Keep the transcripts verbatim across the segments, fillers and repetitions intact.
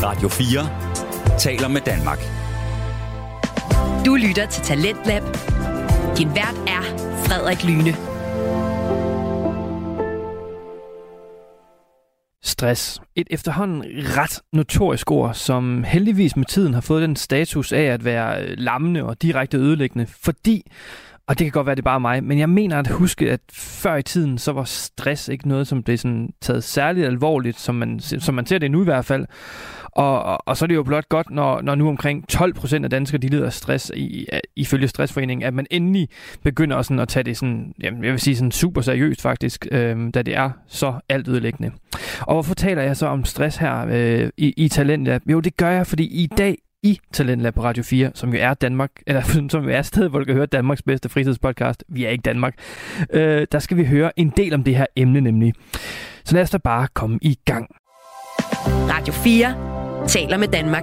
Radio fire taler med Danmark. Du lytter til Talentlab. Din vært er Frederik Lyne. Stress. Et efterhånden ret notorisk ord, som heldigvis med tiden har fået den status af at være lammende og direkte ødelæggende, fordi, og det kan godt være, det er bare mig, men jeg mener at huske, at før i tiden, så var stress ikke noget, som blev sådan taget særligt alvorligt, som man, som man ser det nu i hvert fald. Og, og, og så er det jo blot godt, når, når nu omkring tolv procent af danskere, de lider af stress i, ifølge Stressforeningen, at man endelig begynder sådan at tage det sådan, jamen, jeg vil sige sådan super seriøst faktisk, øh, da det er så alt ødelæggende. Og hvorfor taler jeg så om stress her øh, i, i Talentlab? Jo, det gør jeg, fordi i dag i Talentlab på Radio fire, som jo er Danmark, eller som jo er stedet, hvor du kan høre Danmarks bedste fritidspodcast, vi er ikke Danmark, øh, der skal vi høre en del om det her emne nemlig. Så lad os da bare komme i gang. Radio fire taler med Danmark.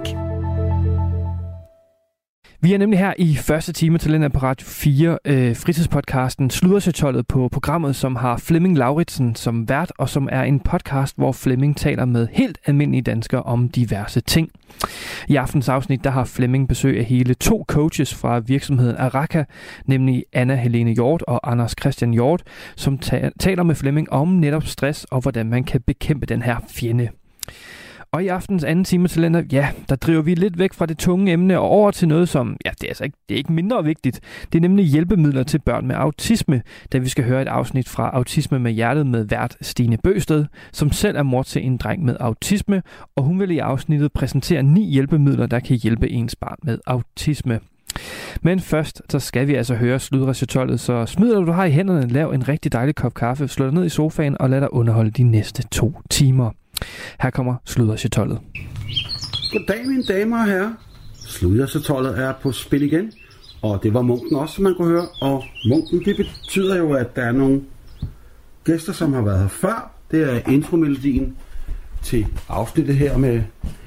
Vi er nemlig her i første time Talentlab på Radio fire, øh, fritidspodcasten Sludderchatollet på programmet, som har Flemming Lauritsen som vært, og som er en podcast, hvor Flemming taler med helt almindelige danskere om diverse ting. I aftens afsnit, der har Flemming besøg af hele to coaches fra virksomheden Araka, nemlig Anna Helene Hjort og Anders Christian Hjort, som ta- taler med Flemming om netop stress og hvordan man kan bekæmpe den her fjende. Og i aftens anden time Talenter, ja, der driver vi lidt væk fra det tunge emne og over til noget, som, ja, det er altså ikke, det er ikke mindre vigtigt. Det er nemlig hjælpemidler til børn med autisme, da vi skal høre et afsnit fra Autisme med Hjertet med vært Stine Bøsted, som selv er mor til en dreng med autisme, og hun vil i afsnittet præsentere ni hjælpemidler, der kan hjælpe ens barn med autisme. Men først, så skal vi altså høre Sludderchatollet, så smid dig, du har i hænderne, lav en rigtig dejlig kop kaffe, slå dig ned i sofaen og lad dig underholde de næste to timer. Her kommer Sludderchatollet. Goddag mine damer og herrer. Sludderchatollet er på spil igen. Og det var munken også, som man kunne høre. Og munken, det betyder jo, at der er nogle gæster, som har været her før. Det er intromelodien til afsnittet her med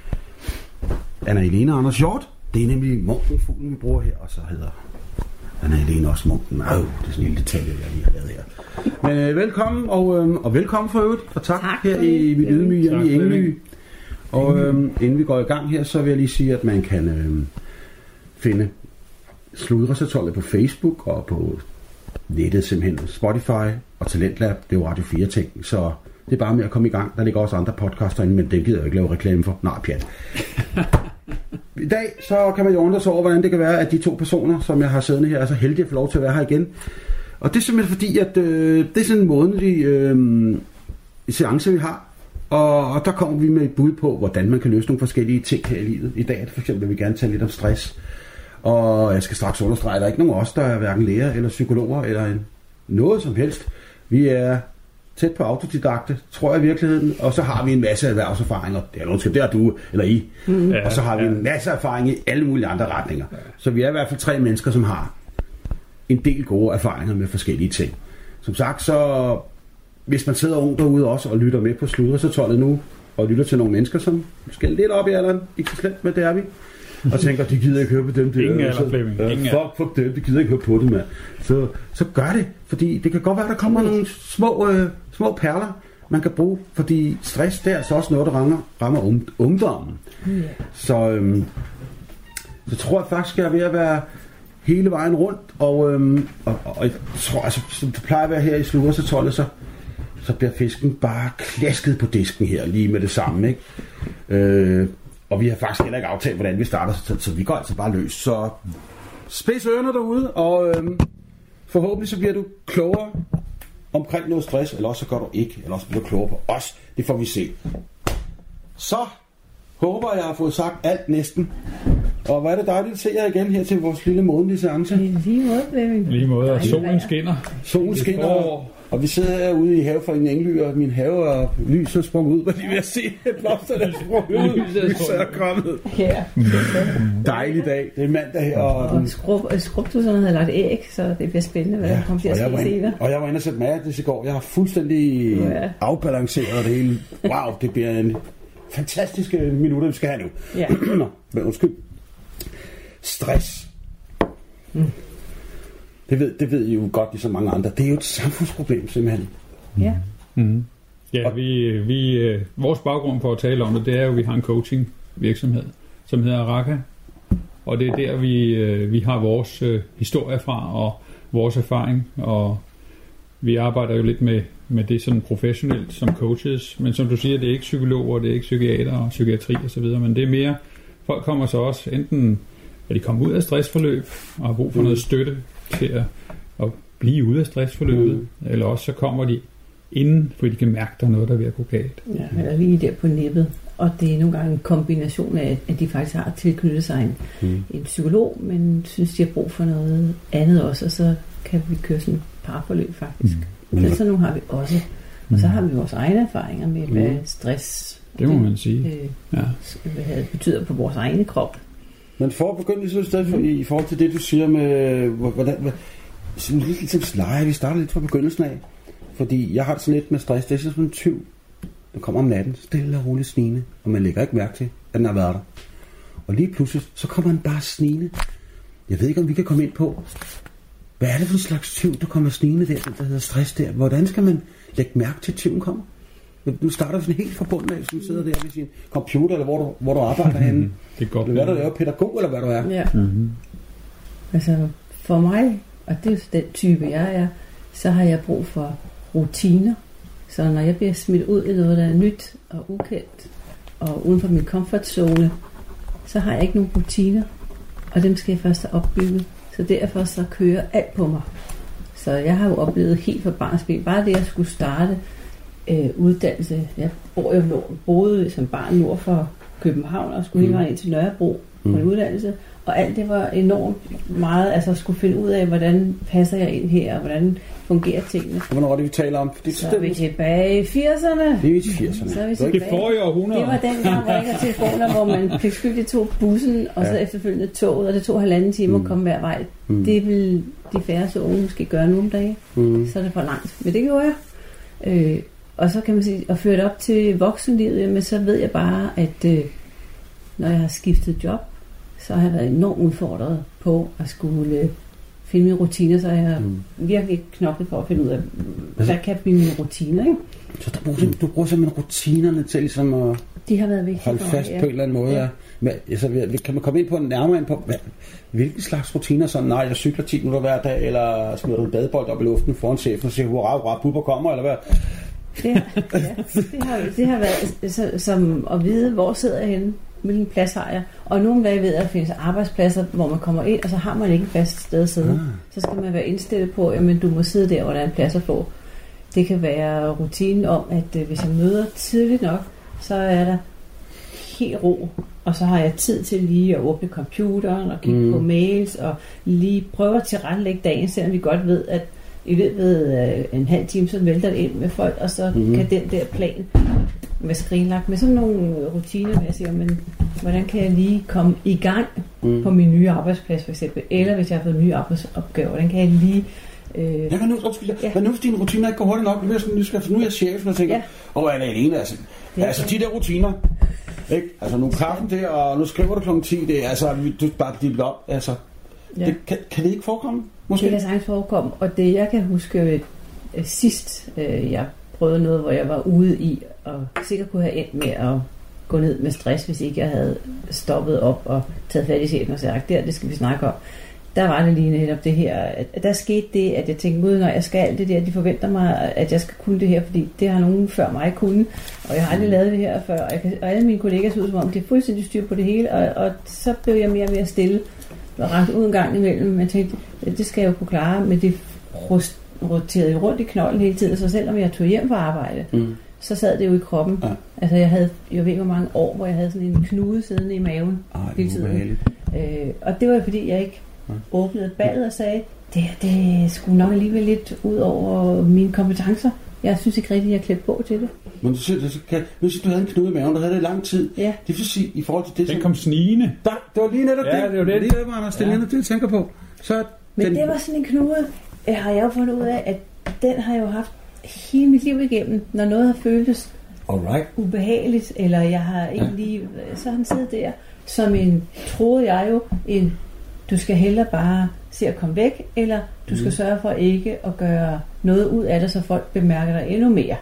Anna Helene og Anders Hjort. Det er nemlig munken, fuglen vi bruger her. Og så hedder Anna Helene også munken. Au, det er sådan en lille detalje, jeg lige har lavet her. Men øh, velkommen, og, øh, og velkommen for øvrigt, og tak, tak her i mit ydmyge hjemme i Engly. Og øh, inden vi går i gang her, så vil jeg lige sige, at man kan øh, finde Sludderchatollet på Facebook og på nettet simpelthen Spotify og Talentlab, det er jo Radio fire ting, så det er bare med at komme i gang. Der ligger også andre podcaster inde, men det gider jeg ikke lave reklame for. Nej, pjat. I dag så kan man jo undre sig over, hvordan det kan være, at de to personer, som jeg har siddende her, er så heldige at få lov til at være her igen. Og det er simpelthen fordi, at øh, det er sådan en månedlig øh, seance, vi har. Og, og der kommer vi med et bud på, hvordan man kan løse nogle forskellige ting her i livet. I dag er det for eksempel, vil vi gerne tale lidt om stress. Og jeg skal straks understrege, at der er ikke nogen af os, der er hverken læger eller psykologer eller en, noget som helst. Vi er tæt på autodidakte, tror jeg i virkeligheden. Og så har vi en masse erhvervserfaringer. Det er undskyld, det er du eller I. Mm-hmm. Og så har vi en masse erfaring i alle mulige andre retninger. Så vi er i hvert fald tre mennesker, som har en del gode erfaringer med forskellige ting. Som sagt, så hvis man sidder ung derude også og lytter med på Sludderchatollet nu, og lytter til nogle mennesker, som skal lidt op i alderen, ikke så slemt, men det er vi, og tænker, de gider ikke høre på dem. Ingen alder, Flemming. Ja, fuck, fuck dem, de gider ikke høre på det, mand. Så, så gør det, fordi det kan godt være, der kommer nogle små, øh, små perler, man kan bruge, fordi stress, det er altså også noget, der rammer, rammer ungdommen. Yeah. Så, øhm, så tror jeg faktisk, at jeg er ved at være hele vejen rundt, og, øhm, og, og jeg tror, altså, som det plejer at være her i Sludderchatollet, så, så bliver fisken bare klasket på disken her, lige med det samme, ikke? Øh, og vi har faktisk heller ikke aftalt, hvordan vi starter, så, så vi går altså bare løs. Så spids ørerne derude, og øhm, forhåbentlig så bliver du klogere omkring noget stress, eller også så gør du ikke, eller også bliver du klogere på os. Det får vi se. Så håber jeg har fået sagt alt næsten. Og hvor er det dejligt at se jer igen her til vores lille månedlige seance. Lige måde, Flemming. Lige måde, og solen skinner. Solen skinner, og, og vi sidder herude i haveforeningen Engly, og min have er lys er sprunget ud, hvor de vil at se blomsterne er sprunget ud. Lyset er kommet. Ja. Dejlig dag. Det er mandag her. Og, og skrub, skrubtusserne havde lagt æg, så det bliver spændende, hvad der kommer til at ske senere. Og jeg var inde og sætte mad i går. Jeg har fuldstændig ja. afbalanceret det hele. Wow, det bliver en fantastiske minutter, vi skal have nu. Ja. Nå, men undskyld. Stress. Mm. Det, ved, det ved I jo godt, ligesom mange andre. Det er jo et samfundsproblem, simpelthen. Ja. Mm. Ja, vi, vi, vores baggrund for at tale om det, det er jo, at vi har en coaching virksomhed, som hedder Raka. Og det er der, vi, øh, vi har vores øh, historie fra og vores erfaring, og vi arbejder jo lidt med, med det sådan professionelt som coaches, men som du siger, det er ikke psykologer, det er ikke psykiater og psykiatri og så videre, men det er mere, folk kommer så også enten, at de kommer ud af stressforløb og har brug for mm. noget støtte til at, at blive ude af stressforløbet, mm. eller også så kommer de inden, fordi de kan mærke, der er noget, der er ved at gå galt. Ja, eller lige der på nippet. Og det er nogle gange en kombination af, at de faktisk har tilknyttet sig en, mm. en psykolog, men synes, de har brug for noget andet også, og så kan vi køre sådan et parforløb faktisk. Mm. Men sådan nogle har vi også. Og så har vi vores egne erfaringer med, hvad mm. stress det må man sige. Øh, ja. hvad det betyder på vores egne krop. Men for at begynde lige så stedet for, i forhold til det, du siger med, hvordan, hvad, sådan lidt ligesom sleje, vi starter lidt fra begyndelsen af. Fordi jeg har det sådan lidt med stress, det er sådan en tyv. Den kommer om natten, stille og roligt snigende, og man lægger ikke mærke til, at den har været der. Og lige pludselig, så kommer den bare snigende. Jeg ved ikke, om vi kan komme ind på, hvad er det for en slags tyv, der kommer snigende der, der hedder stress der? Hvordan skal man lægge mærke til, at tyven kommer? Du starter sådan helt forbundet af, som du sidder der ved sin computer, eller hvor du, hvor du arbejder henne. Det er godt. Hvad du er, pædagog, eller hvad du er? Ja. Mm-hmm. Altså, for mig, og det er den type, jeg er, så har jeg brug for rutiner. Så når jeg bliver smidt ud i noget, der er nyt og ukendt, og uden for min comfortzone, så har jeg ikke nogen rutiner, og dem skal jeg først have opbygget. Så derfor så kører alt på mig. Så jeg har jo oplevet helt fra barnsben, bare det at skulle starte øh, uddannelse. Jeg bor jo boede som barn nord for København, og skulle mm. hele vejen ind til Nørrebro mm. på en uddannelse. Og alt det var enormt meget, altså at skulle finde ud af, hvordan passer jeg ind her, og hvordan fungerer tingene. Og hvornår er det, vi taler om? Det så er vi tilbage i firserne. Det er i firserne. Så er vi tilbage. Det forrige århundrede. Det var den gang, hvor der ikke var telefoner, hvor man pligtskyldigt tog bussen, og så ja. efterfølgende toget, og det tog halvanden time mm. at komme hver vej. Mm. Det vil de færreste unge måske gøre nu om dagen. Mm. Så er det for langt. Men det gjorde jeg. Øh, og så kan man sige, at føre det op til voksenlivet, men så ved jeg bare, at øh, når jeg har skiftet job, så har jeg været enormt udfordret på at skulle øh, finde mine rutiner, så jeg har mm. virkelig knoklet for at finde ud af, hvad kan blive mine rutiner, ikke? Så du bruger, du bruger simpelthen rutinerne til ligesom at de har været vigtige holde fast for, ja. på en eller anden måde. Ja. Men, altså, kan man komme ind på nærmere ind på, hvad, hvilke slags rutiner, sådan, nej, jeg cykler ti minutter hver dag, eller smider du en badebold op i luften foran chefen og siger, hurra, hurra, Bubber kommer, eller hvad? Det, ja, det, har, det har været så, som at vide, hvor sidder jeg henne, hvilken plads har jeg. Og nogle dage ved jeg, at der findes arbejdspladser, hvor man kommer ind, og så har man ikke et fast sted at sidde. Ah. Så skal man være indstillet på, at du må sidde der, hvor der er en plads at få. Det kan være rutinen om, at hvis jeg møder tidligt nok, så er der helt ro, og så har jeg tid til lige at åbne computeren og kigge mm. på mails, og lige prøve at tilrettelægge dagen, selvom vi godt ved, at i løbet af en halv time, så vælter det ind med folk, og så mm. kan den der plan være skrinlagt med sådan nogle rutiner, hvor jeg siger, men hvordan kan jeg lige komme i gang mm. på min nye arbejdsplads for eksempel, eller hvis jeg har fået nye arbejdsopgaver, hvordan kan jeg lige Øh, ja, men nu, ja. men nu dine rutiner ikke går hurtigt nok, nu er jeg, skal, nu er jeg chefen og tænker, åh, ja. oh, er det ene, altså, det altså de der rutiner, ikke? Altså nu kaffen der, og nu skriver du klokken ti, det er altså, du bare bliver op, altså, ja. det, kan, kan det ikke forekomme? Måske? Det kan sagtens forekomme, og det jeg kan huske øh, sidst, øh, jeg prøvede noget, hvor jeg var ude i, og sikkert kunne have endt med at gå ned med stress, hvis ikke jeg havde stoppet op og taget fat i chefen og sagt, der, det skal vi snakke om. Der var det lige netop det her, at der skete det, at jeg tænkte, ud når jeg skal alt det der, de forventer mig, at jeg skal kunne det her, fordi det har nogen før mig kunne, og jeg har aldrig lavet det her før, og, jeg kan, og alle mine kollegaer så ud som om, det er fuldstændig styr på det hele, og, og så blev jeg mere og mere stille, og rakt ud en gang imellem, men jeg tænkte, det skal jeg jo kunne klare, men det roterede jo rundt i knolden hele tiden, så selvom jeg tog hjem fra arbejde, mm. så sad det jo i kroppen. Ja. Altså jeg havde, jeg ved ikke hvor mange år, hvor jeg havde sådan en knude siddende i maven hele tiden. Øh, og det var jo fordi, jeg ikke åbnede ballet og sagde, det, det skulle nok alligevel lidt ud over mine kompetencer. Jeg synes ikke rigtigt, at jeg er klædt på til det. Men du siger, kan, hvis du havde en knude i maven, der havde det i lang tid. Ja. Det vil sige, i forhold til det, den som kom snigende. Der, det var lige netop ja, det. det var det. Det var Anders, det er det, jeg tænker på. Så men den... det var sådan en knude, jeg har jeg jo fundet ud af, at den har jeg jo haft hele mit liv igennem, når noget har føltes Alright. ubehageligt, eller jeg har ikke ja. lige, så har han siddet der, som en, troede jeg jo, en du skal hellere bare se at komme væk, eller du skal mm. sørge for ikke at gøre noget ud af det, så folk bemærker dig endnu mere.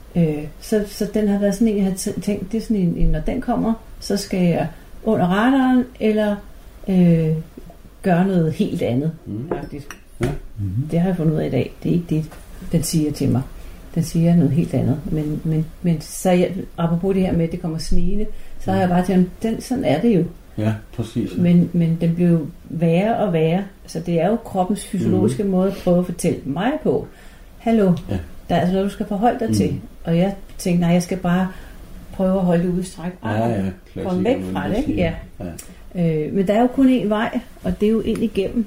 Øh, så, så den har været sådan en, jeg har tænkt, det er sådan en, en, når den kommer, så skal jeg under radaren, eller øh, gøre noget helt andet. Mm. Faktisk. Ja. Mm-hmm. Det har jeg fundet ud af i dag. Det er ikke det, den siger til mig. Den siger noget helt andet. Men, men, men så jeg, apropos det her med, at det kommer snigende, så har jeg bare tænkt, den, sådan er det jo. Ja, præcis. Men, men den bliver jo værre og værre. Så det er jo kroppens fysiologiske mm. måde at prøve at fortælle mig på. Hallo, ja. Der er altså noget, du skal forholde dig mm. til. Og jeg tænkte, nej, jeg skal bare prøve at holde det ude i stræk. Ja, ja. Komme væk fra det, ikke? Ja. Ja. Øh, men der er jo kun én vej, og det er jo ind igennem.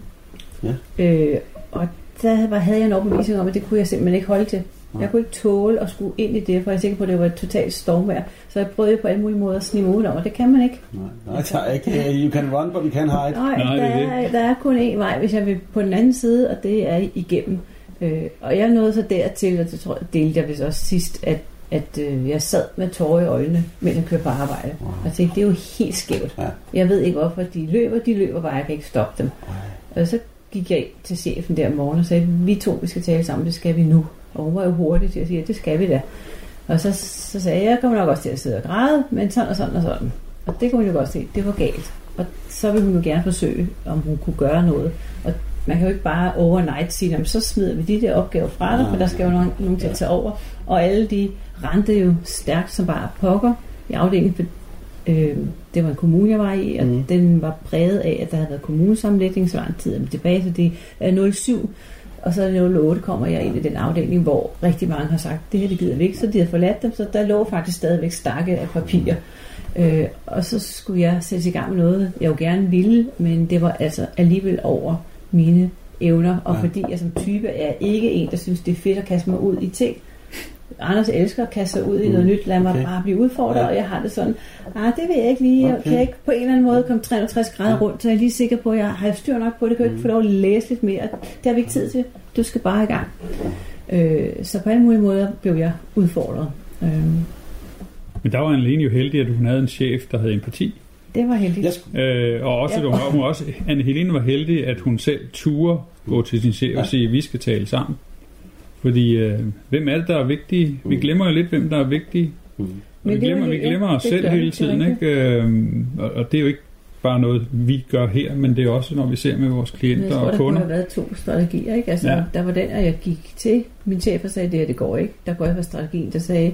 Ja. Øh, og der var, havde jeg en overbevisning om, at det kunne jeg simpelthen ikke holde til. Jeg kunne ikke tåle at skulle ind i det, for jeg er sikker på, at det var et totalt stormvejr. Så jeg prøvede på alle mulige måder at snige ud om, og det kan man ikke. Nej, nej, der er ikke. You can run, but you can hide. Nej, nej der, er, der er kun én vej, hvis jeg vil på den anden side, og det er igennem. Øh, og jeg nåede så dertil, og det tror jeg, delte jeg vist også sidst, at, at øh, jeg sad med tårer i øjnene, mens jeg kørte på arbejde. Wow. Og jeg tænkte, det er jo helt skævt. Ja. Jeg ved ikke, hvorfor de løber, de løber bare, jeg kan ikke stoppe dem. Wow. Og så gik jeg ind til chefen der om morgenen og sagde, vi to, vi skal tale sammen, det skal vi nu. Og hun var jo hurtig til at sige, at det skal vi da. Og så, så sagde jeg, jeg kommer nok også til at sidde og græde, men sådan og sådan og sådan. Og det kunne hun jo godt se, det var galt. Og så ville hun jo gerne forsøge, om hun kunne gøre noget. Og man kan jo ikke bare overnight sige, så smider vi de der opgaver fra dig, for der skal jo nogen, nogen til at tage over. Og alle de rendte jo stærkt som bare pokker i afdelingen, for øh, det var en kommune, jeg var i, og mm. den var præget af, at der havde været kommunesammenlægning, så var en tid tilbage til det er nul syv. Og så i nul otte kommer jeg ind i den afdeling, hvor rigtig mange har sagt, det her det gider vi ikke, så de har forladt dem, så der lå faktisk stadigvæk stakke af papirer. Øh, og så skulle jeg sætte i gang med noget, jeg jo gerne ville, men det var altså alligevel over mine evner, og ja. Fordi jeg som type er ikke en, der synes, det er fedt at kaste mig ud i ting. Anders elsker at kaste sig ud i noget mm. nyt, lad mig okay. bare blive udfordret, ja. Og jeg har det sådan, ah, det vil jeg ikke lige, okay. Jeg kan ikke på en eller anden måde komme tre hundrede og tres grader rundt, så jeg er lige sikker på, at jeg har styr nok på det, kan jeg ikke få lov at læse lidt mere, det har vi ikke tid til, du skal bare i gang. Øh, så på alle mulige måder blev jeg udfordret. Øh. Men der var Anne-Helene jo heldig, at hun havde en chef, der havde empati. Det var heldigt. Øh, og også, ja. hun, hun også Anne-Helene var heldig, at hun selv turde gå til sin chef og sige, at vi skal tale sammen. Fordi, øh, hvem er det, der er vigtige? Vi glemmer jo lidt, hvem der er vigtige. Mm. Vi glemmer, vi glemmer os selv hele tiden, ikke? Øh, og, og det er jo ikke bare noget, vi gør her, men det er også, når vi ser med vores klienter tror, og kunder. Der kunne have været to strategier, ikke? Altså, ja. Der var den, at jeg gik til min chef og sagde, det her, det går ikke. Der går jeg for strategien, der sagde,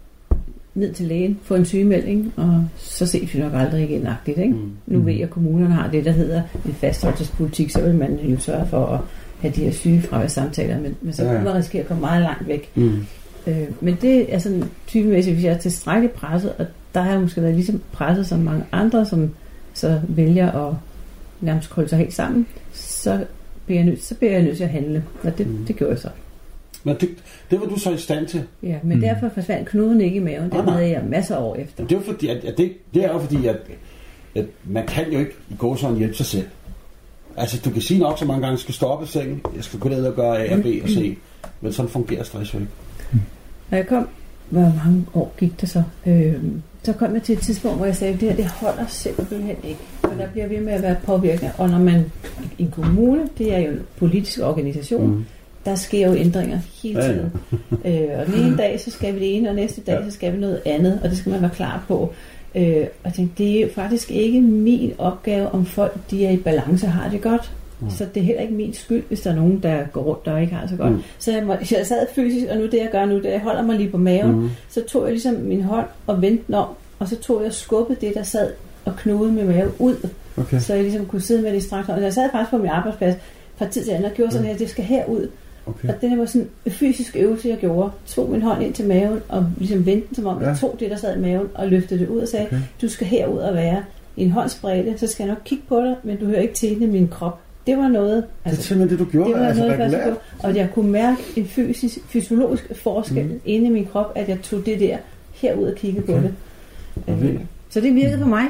ned til lægen, få en sygemelding, og så ses vi nok aldrig igen agtigt, ikke? Mm. Nu ved jeg, at kommunerne har det, der hedder en fastholdelsespolitik, så vil man jo sørge for at have de her sygefraværssamtaler, men, men så kunne ja. Man risikere at komme meget langt væk. Mm. Øh, men det er sådan typemæssigt, hvis jeg er tilstrækkeligt presset, og der har jeg måske været ligesom presset som mange andre, som så vælger at nærmest kolde sig helt sammen, så bliver jeg nødt, så bliver jeg nødt til at handle, og det, mm. det gjorde jeg så. Men det, det var du så i stand til? Ja, men mm. derfor forsvandt knuden ikke i maven, det havde jeg masser af år efter. Det er fordi, at, at det, det er jo fordi, at, at man kan jo ikke gå sådan hjælpe sig selv. Altså, du kan sige nok så mange gange, at jeg skal stoppe sengen, jeg skal gå ned og gøre A og B og C, men sådan fungerer stress jo ikke. Når jeg kom, hvor mange år gik det så, øh, så kom jeg til et tidspunkt, hvor jeg sagde, at det her, det holder simpelthen ikke. Og der bliver ved med at være påvirkende. Og når man i en kommune, det er jo en politisk organisation, mm. der sker jo ændringer hele tiden. Ja, ja. øh, og den ene dag, så skal vi det ene, og næste dag, ja. Så skal vi noget andet, og det skal man være klar på. Øh, og jeg tænkte, det er jo faktisk ikke min opgave, om folk de er i balance og har det godt. Mm. Så det er heller ikke min skyld, hvis der er nogen, der går rundt og ikke har det så godt. Mm. Så jeg, må, jeg sad fysisk, og nu det jeg gør nu, det jeg holder mig lige på maven, mm. så tog jeg ligesom min hånd og vendte den om, og så tog jeg og skubbede det, der sad og knudede med maven ud, okay. Så jeg ligesom kunne sidde med det straks. Og jeg sad faktisk på min arbejdsplads fra tid til anden og gjorde sådan her, det skal herud. Okay. Og det var sådan en fysisk øvelse, jeg gjorde. Tog min hånd ind til maven og ligesom vendte den, som om ja. Jeg tog det, der sad i maven, og løftede det ud og sagde, okay. Du skal herud og være i en håndsbredde, så skal jeg nok kigge på dig, men du hører ikke til i min krop. Det var noget... Altså, det er simpelthen det, du gjorde, det var altså noget, regulært. Jeg og jeg kunne mærke en fysisk, fysiologisk forskel mm. inde i min krop, at jeg tog det der herud og kiggede okay. på det. Okay. Så det virkede for mig.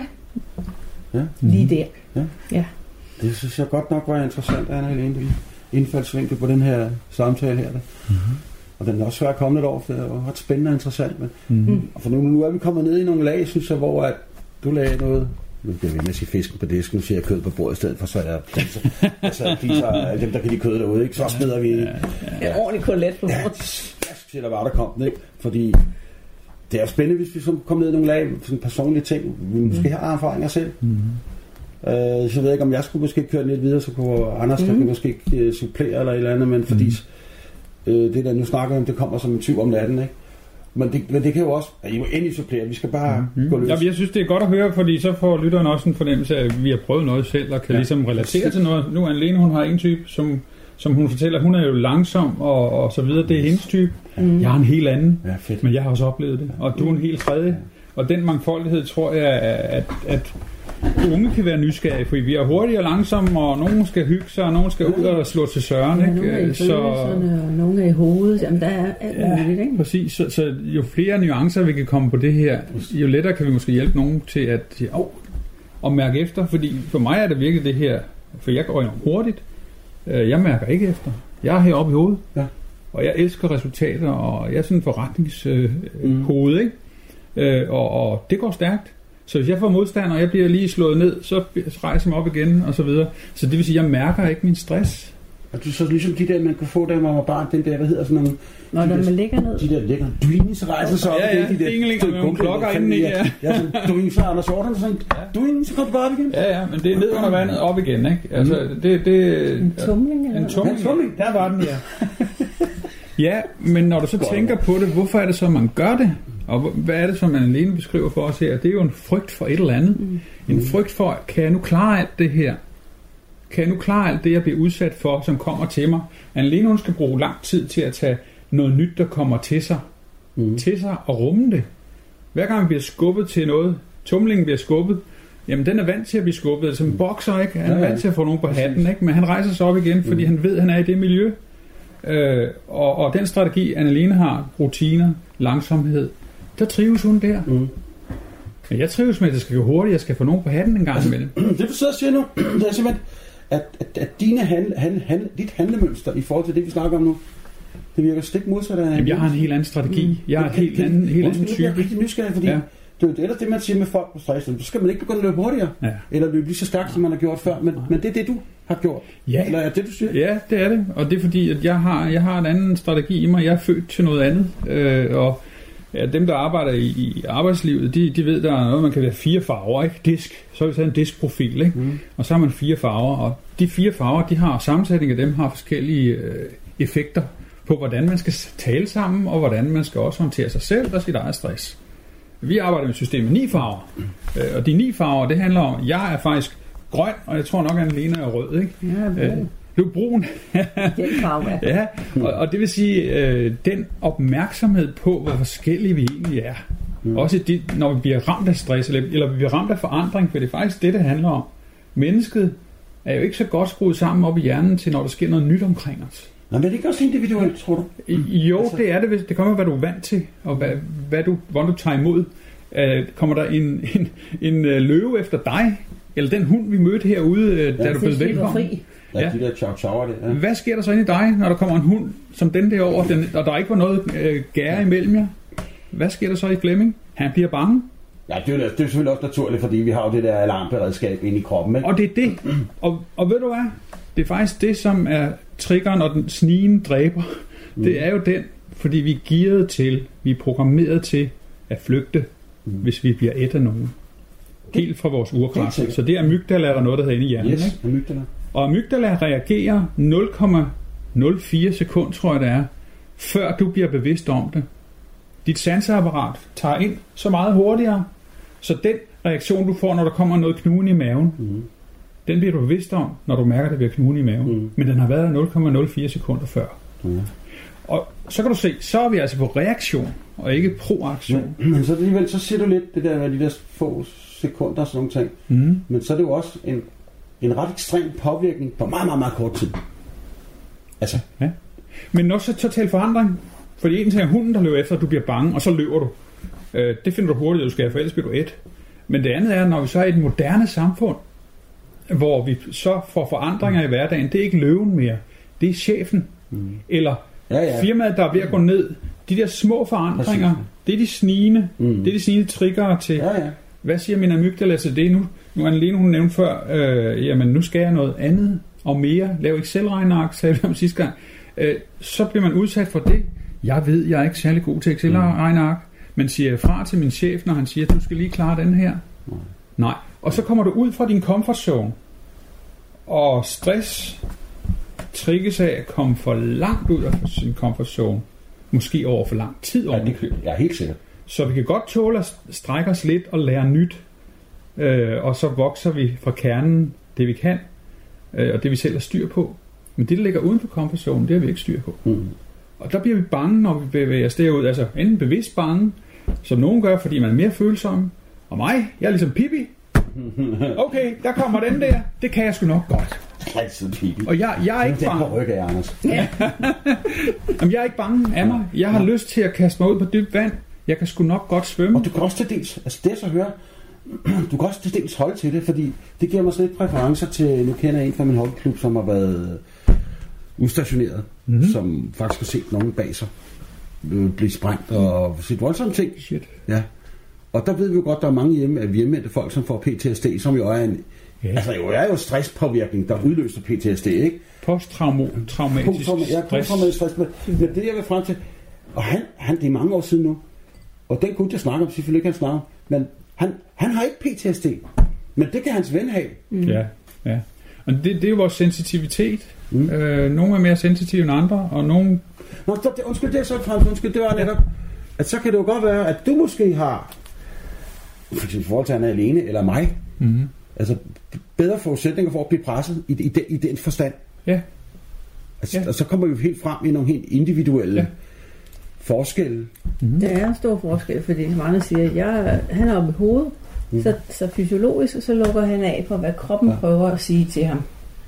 Ja. Lige der. Ja. Ja. Det synes jeg godt nok var interessant, Anne-Helene, indfaldsvinkel på den her samtale her. Mm-hmm. Og den er også svært kommet et år, for det var ret spændende og interessant. Men, mm-hmm. og for nu, nu er vi kommet ned i nogle lag, synes jeg, hvor at du lagde noget... Nu bliver vi med at sige fisken på disken, nu siger jeg kød på bordet i stedet for, så er jeg pleaser, altså pleaser dem, der kan lide kød derude, ikke? Så smider vi... Ja, ja, ja. En ordentlig kotelet på bordet. Ja, til, der var, der kom den, ikke? Fordi det er spændende, hvis vi så kommer ned i nogle lag, sådan personlige ting, vi måske mm. har erfaringer selv. Mm. Øh, så jeg ved ikke, om jeg skulle måske køre lidt videre, så kunne Anders mm. måske uh, supplere eller et eller andet, men fordi mm. øh, det der nu snakker om, det kommer som en tyv om natten, ikke? Men det, men det kan jo også, at I må endelig supplere, vi skal bare mm. gå løs. Ja, jeg synes, det er godt at høre, fordi så får lytteren også en fornemmelse af, at vi har prøvet noget selv, og kan ja. ligesom relatere til noget. Nu er Anne-Lene, hun har en type, som, som hun fortæller, hun er jo langsom, og, og så videre, det er hendes type. Mm. Jeg har en helt anden, ja, fedt. Men jeg har også oplevet det, og du er en helt tredje. Ja. Og den mangfoldighed, tror jeg, at, at unge kan være nysgerrige, fordi vi er hurtige og langsomme, og nogen skal hygge sig, og nogen skal ud og slå til søren. Ja, nogen er i følelserne, og nogen er i hovedet. Jamen, der er alt ja, muligt, ikke? Præcis. Så, så jo flere nuancer, vi kan komme på det her, jo lettere kan vi måske hjælpe nogen til at, oh, at mærke efter. Fordi for mig er det virkelig det her, for jeg går jo hurtigt. Jeg mærker ikke efter. Jeg er heroppe i hovedet, ja. Og jeg elsker resultater, og jeg er sådan en forretningshoved, øh, mm. ikke? Øh, og, og det går stærkt. Så hvis jeg får modstand, og jeg bliver lige slået ned, så rejser jeg mig op igen, og så videre. Så det vil sige, at jeg mærker ikke min stress. Og du så ligesom de der, man kunne få, da man var barn, den der, hvad hedder sådan nogle... Når de man ligger ned. De der ligger, duing, så rejser sig op ja, ja, igen. De der, dingeling, med nogle klokker inde i, ja. Ja, sådan, duing, så Anders Jordan, sådan, duing, så går du bare op igen. Ja, ja, men det er ned under vandet, op igen, ikke? Altså, det... det en tumling, eller? En tumling, en tumling, der var den, ja. Ja, men når du så tænker på det, hvorfor er det så, man gør det? Og hvad er det, som Anne-Lene beskriver for os her? Det er jo en frygt for et eller andet. Mm. En frygt for, kan jeg nu klare alt det her? Kan jeg nu klare alt det, jeg bliver udsat for, som kommer til mig? Anne-Lene, hun skal bruge lang tid til at tage noget nyt, der kommer til sig. Mm. Til sig og rumme det. Hver gang vi bliver skubbet til noget, tumlingen bliver skubbet, jamen den er vant til at blive skubbet. Altså en bokser, ikke? Han er vant til at få nogen på hatten, ikke? Men han rejser sig op igen, fordi mm. han ved, at han er i det miljø. Øh, og, og den strategi, Anne-Lene har, rutiner, langsomhed, der trives hun der. Mm. Men jeg trives med, at det skal gå hurtigt, jeg skal få nogen på hatten en gang altså, imellem. Det du sidder og siger nu, det er simpelthen, at, at, at dine handle, handle, handle, dit handlemønster i forhold til det, vi snakker om nu, det virker stik modsat af... Jamen, jeg har en helt anden strategi. Mm. Jeg har en helt anden, helt anden type. Jeg er rigtig nysgerrig, fordi ja. det er jo ellers det, man siger med folk på stress. Så skal man ikke begynde at løbe hurtigere, ja. eller løbe lige så stærkt, som man har gjort før. Men, men det er det, du har gjort. Ja. Eller er det, du siger? Ja, det er det. Og det er fordi, at jeg har, jeg har en anden strategi i mig. Jeg er født til noget andet. Øh, og ja, dem, der arbejder i, i arbejdslivet, de, de ved, der er noget, man kan være fire farver, ikke? Disk. Så har vi taget en diskprofil, ikke? Mm. Og så har man fire farver. Og de fire farver, de har sammensætning af dem, har forskellige øh, effekter på, hvordan man skal tale sammen, og hvordan man skal også håndtere sig selv og sit eget stress. Vi arbejder med et system med ni farver, øh, og de ni farver, det handler om, jeg er faktisk grøn, og jeg tror nok, at Anne-Lene er rød, ikke? Ja, øh, du er brun. Den farve. Ja, og, og det vil sige, øh, den opmærksomhed på, hvor forskellige vi egentlig er. Mm. Også det, når vi bliver ramt af stress, eller, eller vi bliver ramt af forandring, for det er faktisk det, det handler om. Mennesket er jo ikke så godt skruet sammen op i hjernen til, når der sker noget nyt omkring os. Nå, men det er ikke også individuelt, tror du? Jo, altså... det er det. Det kommer, hvad du er vant til, og hvad, hvad du, hvordan du tager imod. Uh, kommer der en, en, en løve efter dig, eller den hund, vi mødte herude, ja, da du blev velkommen? Ja, ja, de der chow chow det. Ja. Hvad sker der så inde i dig, når der kommer en hund som den derovre, den, og der ikke var noget øh, gære imellem jer? Hvad sker der så i Flemming? Han bliver bange. Ja, det er, det er selvfølgelig også naturligt, fordi vi har jo det der alarmberedskab inde i kroppen, ikke? Og det er det. Og, og ved du hvad? Det er faktisk det, som er triggeren, og den snigende dræber. Mm. Det er jo den, fordi vi er gearet til, vi er programmeret til at flygte, mm. hvis vi bliver et af nogen. Helt fra vores urkraft. Så det er amygdala, der er noget, der hedder inde i hjernen. Yes, ikke? Amygdala. Og amygdala reagerer nul komma nul fire sekund, tror jeg det er, før du bliver bevidst om det. Dit sanseapparat tager ind så meget hurtigere, så den reaktion, du får, når der kommer noget knugen i maven, mm. den bliver du bevidst om, når du mærker, at det bliver knugen i maven. Mm. Men den har været nul komma nul fire sekunder før. Mm. Og så kan du se, så er vi altså på reaktion, og ikke proaktion. Men, men så alligevel, så siger du lidt det der med de der få sekunder og sådan nogle ting. Mm. Men så er det jo også en, en ret ekstrem påvirkning på meget, meget, meget kort tid. Altså. Ja. Men når så total forandring, fordi en ting er hunden, der løber efter, at du bliver bange, og så løber du. Øh, det finder du hurtigt, at du skal, for ellers bliver du et. Men det andet er, når vi så er i et moderne samfund, hvor vi så får forandringer mm. i hverdagen, det er ikke løven mere, det er chefen. Mm. Eller ja, ja. firmaet, der er ved at gå ned. De der små forandringer, præcis. Det er de snigende, mm. det er de snigende trigger til, ja, ja. Hvad siger min amygdala til det nu? Nu Anne-Lene, hun nævnte før, øh, jamen nu skal jeg noget andet og mere, lave Excel-regneark, sagde vi om sidste gang. Øh, så bliver man udsat for det. Jeg ved, jeg er ikke særlig god til Excel og regneark, men siger jeg fra til min chef, når han siger, at du skal lige klare den her? Nej. Nej. Og så kommer du ud fra din comfort zone. Og stress trigges af at komme for langt ud af sin comfort zone. Måske over for lang tid over. Ja, det, jeg er helt sikker. Så vi kan godt tåle at strække os lidt og lære nyt. Øh, og så vokser vi fra kernen det vi kan. Øh, og det vi selv har styr på. Men det der ligger uden for comfort zone, det har vi ikke styr på. Mm. Og der bliver vi bange, når vi bevæger os derud. Altså enten bevidst bange, som nogen gør, fordi man er mere følsom. Og mig, jeg er ligesom Pippi. Okay, der kommer den der. Det kan jeg sgu nok godt. Og jeg, jeg er ikke bange. Det rykker jeg, Anders. Ja. Jamen, jeg er ikke bange af mig. Jeg har ja. lyst til at kaste mig ud på dybt vand. Jeg kan sgu nok godt svømme. Og du kan også til dels, altså det så høre, du kan også til dels holde til det, fordi det giver mig sådan lidt præferencer til, nu kender jeg en fra min holdklub, som har været udstationeret, mm-hmm. som faktisk har set nogen bag sig blive sprængt og set voldsomme ting. Shit. Ja. Og der ved vi jo godt, der er mange hjemme, at hjemmevendte folk, som får P T S D, som jo er en, yeah. altså jo er jo stresspåvirkning, der udløser P T S D, ikke? Posttraumatisk stress. Ja, posttraumatisk stress. Men det jeg vil frem til, og han, han, det er mange år siden nu, og den kunne jeg snakke om, selvfølgelig ikke han snakke om, men han, han har ikke P T S D, men det kan hans ven have. Mm. Ja, ja. Og det, det er jo vores sensitivitet. Mm. Øh, nogle er mere sensitive end andre, og nogle... Nå, det, undskyld, det er så frem, undskyld, det var netop, at så kan det jo godt være, at du måske har, for eksempel i forhold til, at han er alene, eller mig, mm-hmm. altså bedre forudsætninger for at blive presset i, i, den, i den forstand. Ja. Altså, ja. Og så kommer vi jo helt frem i nogle helt individuelle ja. forskelle. Mm-hmm. Det er en stor forskel, fordi som andre siger, jeg, han er oppe i hovedet, mm. så, så fysiologisk, så lukker han af på, hvad kroppen ja. prøver at sige til ham.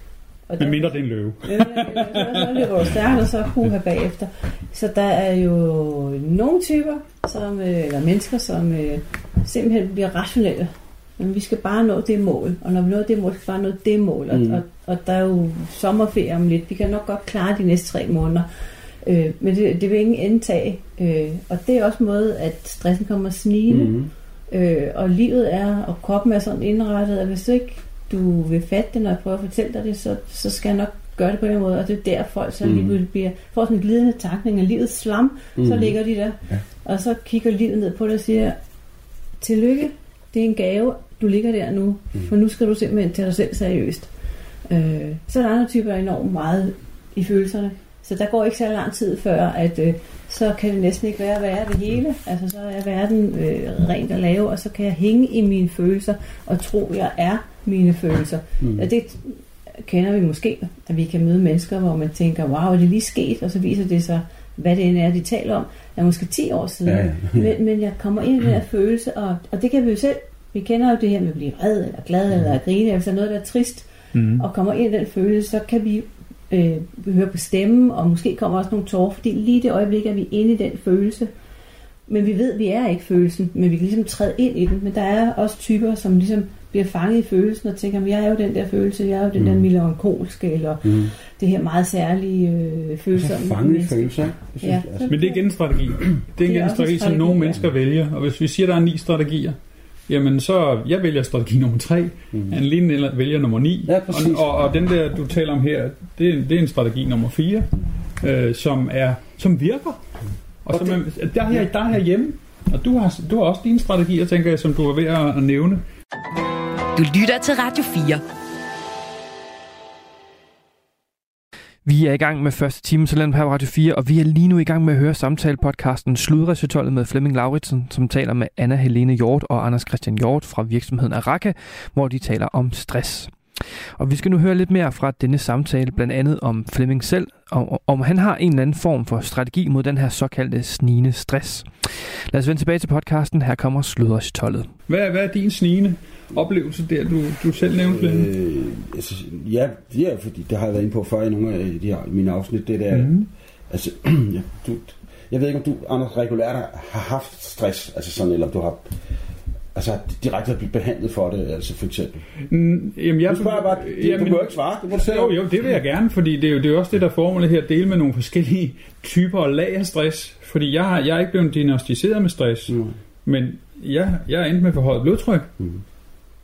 Men mindre det er en løve. Ja, så løber du stærkt, og så kunne have bagefter. Så der er jo nogle typer, som, eller mennesker, som øh, simpelthen bliver rationelle. Men vi skal bare nå det mål, og når vi når det mål, skal vi bare nå det mål. Og, mm. og, og der er jo sommerferie om lidt. Vi kan nok godt klare de næste tre måneder. Øh, men det, det vil ingen endtage. Øh, og det er også en måde, at stressen kommer snigende. Mm. Øh, og livet er, og kroppen er sådan indrettet, at hvis du ikke du vil fatte det, når jeg prøver at fortælle dig det, så, så skal jeg nok gøre det på en måde, og det er der folk så mm. lige bliver, får sådan en glidende takning af livets slam, mm. så ligger de der, ja. og så kigger livet ned på det og siger, tillykke, det er en gave, du ligger der nu, mm. for nu skal du simpelthen tage dig selv seriøst. Øh, så er der andre typer, der er enormt meget i følelserne, så der går ikke så lang tid før, at øh, så kan det næsten ikke være værre det hele, altså så er verden øh, rent at lave, og så kan jeg hænge i mine følelser, og tro, jeg er mine følelser. Mm. Og det kender vi måske, at vi kan møde mennesker, hvor man tænker, wow, det er lige sket, og så viser det sig, hvad det end er, de taler om, er måske ti år siden. Ja, ja. men, men jeg kommer ind i den her følelse, og, og det kan vi jo selv, vi kender jo det her med at blive vred, eller glad, mm. eller grine, eller sådan noget, der er trist, mm. og kommer ind i den følelse, så kan vi øh, høre på stemmen, og måske kommer også nogle tårer, fordi lige det øjeblik er vi inde i den følelse. Men vi ved, at vi er ikke følelsen, men vi kan ligesom træde ind i den. Men der er også typer, som ligesom bliver fanget i følelsen og tænker, jeg er jo den der følelse, jeg er jo den mm. der melankolske, eller mm. det her meget særlige øh, følelse. Altså fanget i følelser. Ja. Altså. Men det er igen en strategi. Det er igen en strategi, som nogle mennesker ja. vælger. Og hvis vi siger, der er ni strategier, jamen så, jeg vælger strategi nummer tre, mm. en lignende vælger nummer ni, ja, og, og, og den der, du taler om her, det er, det er en strategi nummer fire, øh, som, er, som virker. Og som er, der, her, der er herhjemme, og du har, du har også dine strategier, tænker jeg, som du er ved at, at nævne. Du lytter til Radio fire. Vi er i gang med første time til på Radio fire, og vi er lige nu i gang med at høre samtale-podcasten Sludresultatet med Flemming Lauritsen, som taler med Anna Helene Hjort og Anders Christian Hjort fra virksomheden Araka, hvor de taler om stress. Og vi skal nu høre lidt mere fra denne samtale, blandt andet om Flemming selv, og om han har en eller anden form for strategi mod den her såkaldte snigende stress. Lad os vende tilbage til podcasten. Her kommer Sludresultatet. Hvad er, hvad er din snigende oplevelse der, du, du selv nævnte, Flemming? Øh, altså, ja, det er fordi, det har jeg været inde på før i nogle af de her, mine afsnit, det der, mm-hmm. altså, ja, du, jeg ved ikke, om du, Anders, regulært har haft stress, altså sådan, eller om du har, altså direkte har blivet behandlet for det, altså for eksempel. Mm, jamen, jeg, du spørger bare, det, jamen, du må ikke svare, det må du selv. Jo, jo, det vil jeg gerne, fordi det er jo, det er jo også det, der formålet her, at dele med nogle forskellige typer og lag af stress, fordi jeg, har, jeg er ikke blevet diagnosticeret med stress, mm. men jeg, jeg er endt med forhøjet blodtryk. Mm.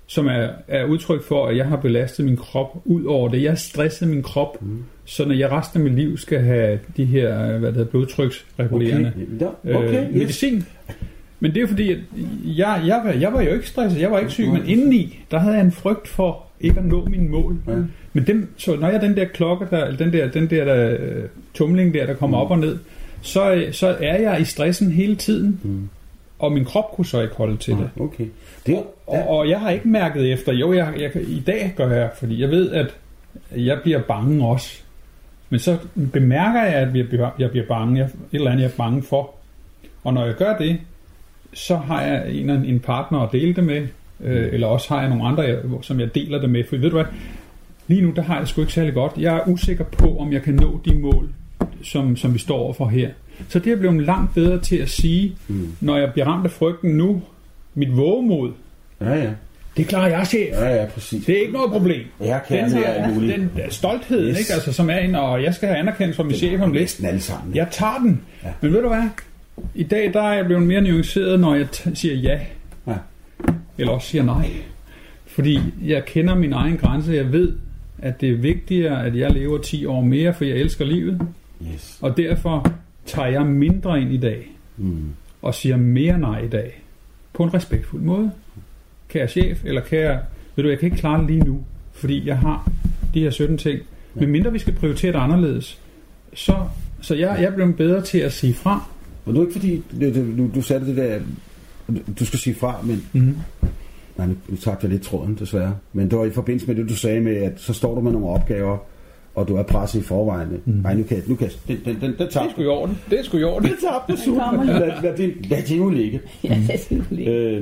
som er, er udtryk for, at jeg har belastet min krop ud over det. Jeg har stresset min krop, mm. så når jeg resten af mit liv skal have de her, hvad det hedder, blodtryksregulerende okay. Okay. Øh, medicin. Yes. Men det er fordi, at jeg, jeg, var, jeg var jo ikke stresset, jeg var ikke syg, men indeni, der havde jeg en frygt for ikke at nå mine mål. Ja. Men dem, så når jeg den der klokke, der, eller den der, den der, der uh, tumling der, der kommer mm. op og ned, så, så er jeg i stressen hele tiden, mm. og min krop kunne så ikke holde til det. Ah, okay. det og, og, og jeg har ikke mærket efter, jo, jeg, jeg, i dag gør jeg, fordi jeg ved, at jeg bliver bange også. Men så bemærker jeg, at jeg bliver, jeg bliver bange, jeg, et eller andet jeg er bange for. Og når jeg gør det, så har jeg en, en partner at dele det med, øh, eller også har jeg nogle andre, jeg, som jeg deler det med. For ved du hvad, lige nu der har jeg sgu ikke særlig godt. Jeg er usikker på, om jeg kan nå de mål, som, som vi står overfor her. Så det er blevet langt bedre til at sige, mm. når jeg bliver ramt af frygten nu, mit vågemod, ja, ja. det klarer jeg, chef. Ja, ja, præcis. Det er ikke noget problem. Jeg kan den her, den, den stolthed, yes. ikke? Altså, som er en, og jeg skal have anerkendt fra min chef om lidt. Jeg tager den. Ja. Men ved du hvad? I dag der er jeg blevet mere nuanceret, når jeg t- siger ja. ja. Eller også siger nej. Fordi jeg kender min egen grænse. Jeg ved, at det er vigtigere, at jeg lever ti år mere, for jeg elsker livet. Yes. Og derfor tager jeg mindre ind i dag. Mm. Og siger mere nej i dag. På en respektfuld måde. Kære chef, eller kære... Ved du, jeg kan ikke klare det lige nu, fordi jeg har de her sytten ting. Ja. Men mindre vi skal prioritere det anderledes, så, så jeg, jeg er blevet bedre til at sige fra. Og nu ikke fordi, du, du sagde det der, du skal sige fra, men... Mm-hmm. Nej, nu, nu tabte jeg lidt tråden, desværre. Men det var i forbindelse med det, du sagde med, at så står du med nogle opgaver, og du er presset i forvejen. Mm. Nej, nu kan, nu kan den, den, den, den tabte. Det er sgu i orden. Det er sgu i orden. Det tabte, super. Lad, lad, det, lad det jo ligge. Ja, lad det jo ligge. Øh,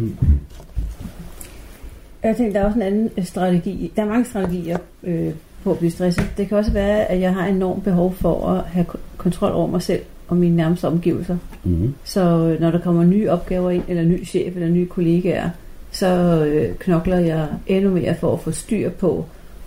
jeg tænker, der er også en anden strategi. Der er mange strategier øh, på at blive stresset. Det kan også være, at jeg har enormt behov for at have kontrol over mig selv og mine nærmeste omgivelser. Mm-hmm. Så når der kommer nye opgaver ind, eller ny chef, eller nye kollegaer, så øh, knokler jeg endnu mere for at få styr på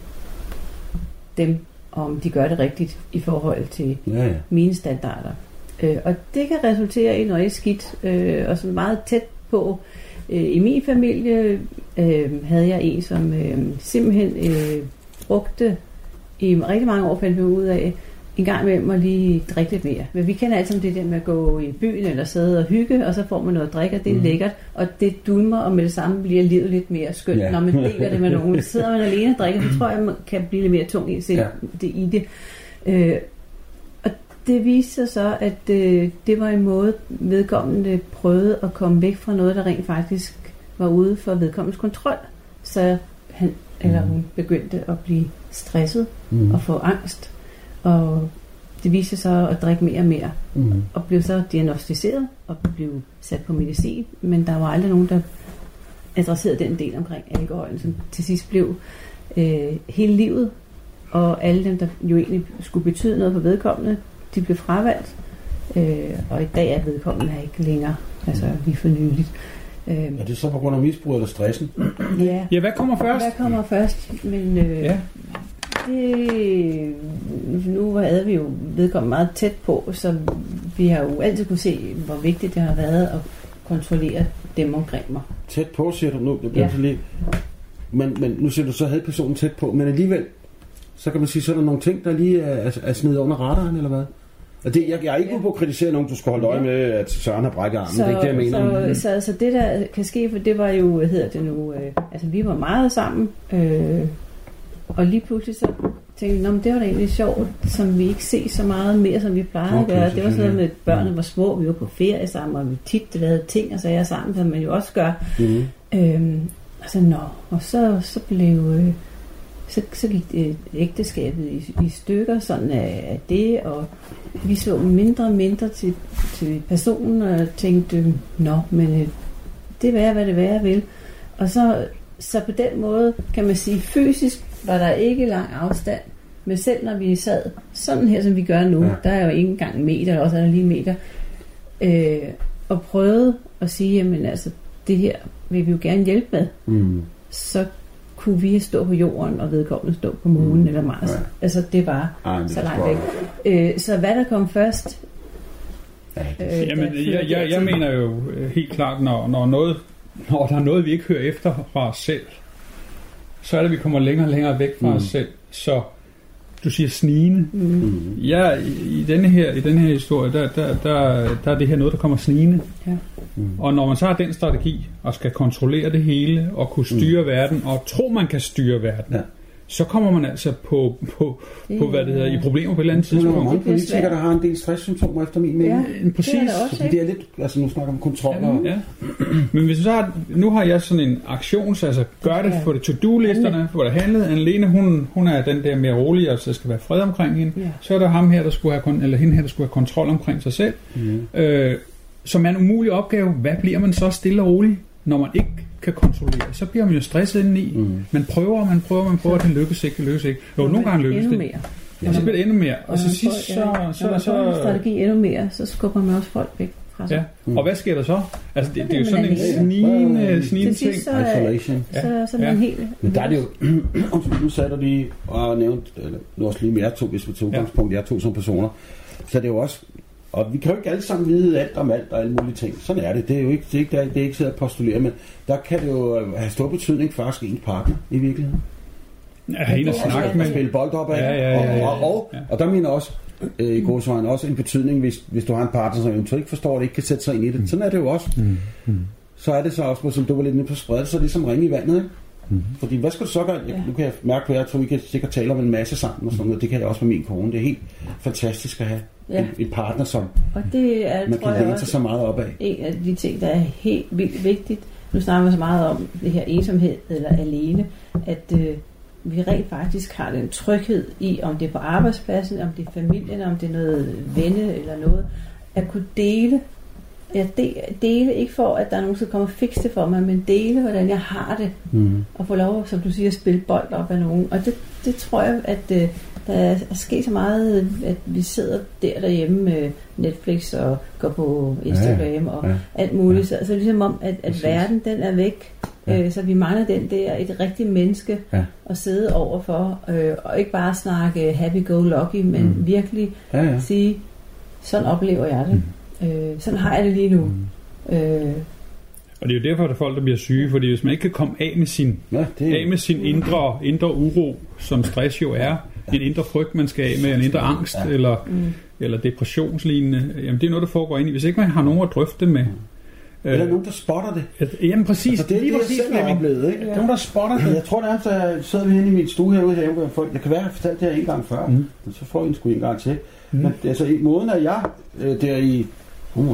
dem, om de gør det rigtigt i forhold til ja, ja. mine standarder. Øh, og det kan resultere i noget skidt, øh, og så meget tæt på. Øh, I min familie øh, havde jeg en, som øh, simpelthen øh, brugte i rigtig mange år, fandt vi ud af, en gang imellem at lige drikke lidt mere. Men vi kender alt sammen det der med at gå i byen eller sidde og hygge, og så får man noget at drikke, og det er mm. lækkert, og det dulmer, og med det samme bliver livet lidt mere skønt, yeah. når man deler det med nogen. Så sidder man alene og drikker, så tror jeg, man kan blive lidt mere tung i, yeah. det, i det. Øh, og det viste sig så, at øh, det var en måde, vedkommende prøvede at komme væk fra noget, der rent faktisk var ude for vedkommendes kontrol. Så han eller hun begyndte at blive stresset mm. og få angst. Og det viste sig så at drikke mere og mere. Mm. Og blev så diagnostiseret og blev sat på medicin. Men der var aldrig nogen, der adresserede den del omkring alkoholen, som til sidst blev øh, hele livet. Og alle dem, der jo egentlig skulle betyde noget for vedkommende, de blev fravalgt. Øh, og i dag er vedkommende ikke længere. Altså lige for nyligt. Øh, er det så på grund af misbrug eller stressen? Ja. Ja, hvad kommer først? Hvad kommer først? Men øh, ja. det, nu havde vi jo vedkommet meget tæt på, så vi har jo altid kunne se, hvor vigtigt det har været at kontrollere dem omkring mig. Tæt på, siger du nu? Det bliver ja. så lige. Men, men nu siger du, så havde personen tæt på, men alligevel, så kan man sige, så er der nogle ting, der lige er, er, er snedet under radaren, eller hvad? Og det, jeg, jeg er ikke ude på at kritisere nogen, du skal holde øje med, at Søren har brækket armen. Så, det er ikke det, jeg mener. Så, så, så det, der kan ske, for det var jo, hvad hedder det nu, øh, altså vi var meget sammen, øh, og lige pludselig så tænkte jeg, det var da egentlig sjovt, som vi ikke ser så meget mere, som vi plejede okay, at gøre. Det var sådan noget med, at børnene var små, vi var på ferie sammen, og vi tit lavede ting og sager sammen, som man jo også gør. Mm-hmm. Øhm, altså, nå, og så, så blev... Øh, Så, så gik det, ægteskabet i, i stykker sådan af, af det, og vi så mindre og mindre til, til personen, og tænkte, nå, men det er hvad det være vil. Og så, så på den måde, kan man sige, fysisk var der ikke lang afstand, men selv når vi sad sådan her, som vi gør nu, ja. Der er jo ikke engang meter, eller også er der lige meter, øh, og prøvede at sige, jamen altså, det her vil vi jo gerne hjælpe med, mm. så kunne vi stå på jorden, og vedkommende stå på månen mm. eller Mars. Ja. Altså, det var Ej, det så langt væk. Øh, så hvad der kom først? Ja, øh, Jamen, jeg, jeg, jeg mener jo helt klart, når, når noget når der er noget, vi ikke hører efter fra os selv, så er det, at vi kommer længere og længere væk fra mm. os selv. Så du siger snigende. Mm. Ja, i, i, denne her, i denne her historie, der, der, der, der er det her noget, der kommer snigende. Ja. Mm. Og når man så har den strategi, og skal kontrollere det hele, og kunne styre mm. verden, og tro, man kan styre verden, ja. så kommer man altså på, på, på hvad det hedder, i problemer på et eller andet tidspunkt. Der er mange politikere, der har en del stresssymptomer efter min mening. Ja, præcis. Det er, også, det er lidt, altså nu snakker om kontrol. Ja, ja. Men hvis så har, nu har jeg sådan en aktions, altså gør det, få det to-do-listerne, få det handlet. Anne-Lene, hun, hun er den der mere rolige, og så skal være fred omkring hende. Ja. Så er der ham her, der skulle have, eller hende her, der skulle have kontrol omkring sig selv. Mm. Øh, som er en umulig opgave. Hvad bliver man så stille og rolig, når man ikke kan kontrollere? Så bliver man jo stresset indeni. Mm. Man prøver, man prøver, man prøver, at det lykkes ikke, det lykkes ikke. Jo, nogle gange lykkes det. Mere. Ja, så bliver det endnu mere. Og, og så sidst, så... Ja, så, så, så en strategi endnu mere, så skubber man også folk væk fra sig. Ja, mm. og hvad sker der så? Altså, det, det er jo sådan en snigende, snigende ting. Så, Isolation. Så, så, så ja. man helt... Men der er det jo... nu sagde du lige, og nævnt, eller nu også lige med jer to, hvis vi tog udgangspunkt, jer to som personer, så er det jo også... Og vi kan jo ikke alle sammen vide alt om alt og alle mulige ting. Sådan er det. Det er jo ikke, det er ikke, det er ikke siddet at postulere, men der kan det jo have stor betydning faktisk en partner i virkeligheden. Ja, en at snakke med. At spille bold op af. Ja, ja, ja, ja, ja. Og, og, og, og der mener også, øh, i gåseøjne, også en betydning, hvis, hvis du har en partner, som eventuelt ikke forstår det, ikke kan sætte sig ind i det. Sådan er det jo også. Mm. Mm. Så er det så også, som du var lidt nede på spredet, så er det som ringe i vandet, ikke? Mm. Fordi hvad skal du så gøre? Ja. Nu kan jeg mærke på jer, at vi kan sikkert tale om en masse sammen og sådan noget. Det kan jeg også med min kone. Det er helt fantastisk at have ja. en, en partner, som og det er, man kan hænge sig så meget op af. En af de ting, der er helt vildt vigtigt. Nu snakker vi så meget om det her ensomhed eller alene, at øh, vi rent faktisk har den tryghed i, om det er på arbejdspladsen, om det er familien, om det er noget venne eller noget, at kunne dele. Jeg dele ikke for, at der er nogen, der kommer og fikse det for mig, men dele, hvordan jeg har det. Mm. Og få lov, som du siger, at spille bold op af nogen. Og det, det tror jeg, at uh, der er sket så meget, at vi sidder der derhjemme med Netflix og går på Instagram ja, og ja, alt muligt. Ja. Så, så ligesom om, at, at verden, den er væk. Ja. Øh, så vi mangler den der, et rigtigt menneske ja. at sidde overfor. Øh, og ikke bare snakke happy-go-lucky, men mm. virkelig ja, ja. sige, sådan oplever jeg det. Mm. Øh, sådan har jeg det lige nu. Mm. Øh. Og det er jo derfor, at der er folk, der bliver syge, fordi hvis man ikke kan komme af med sin, ja, det... af med sin indre, indre uro, som stress jo er, ja. en indre frygt, man skal af med, en indre angst, ja. eller, mm. eller depressionslignende, jamen det er noget, der foregår ind i. Hvis ikke man har nogen at drøfte med, eller øh, nogen, der spotter det. At, jamen præcis. Altså, det er lige det, præcis, jeg selv har oplevet, ikke? Ja. Nogen, der spotter det. Jeg tror, det er, at jeg sidder vi henne i min stue herude her, hvor folk, jeg kan være, at jeg har fortalt det her en gang før, mm. men så får I en sgu en gang til. Mm. Men altså, i måden er jeg øh, der i uh,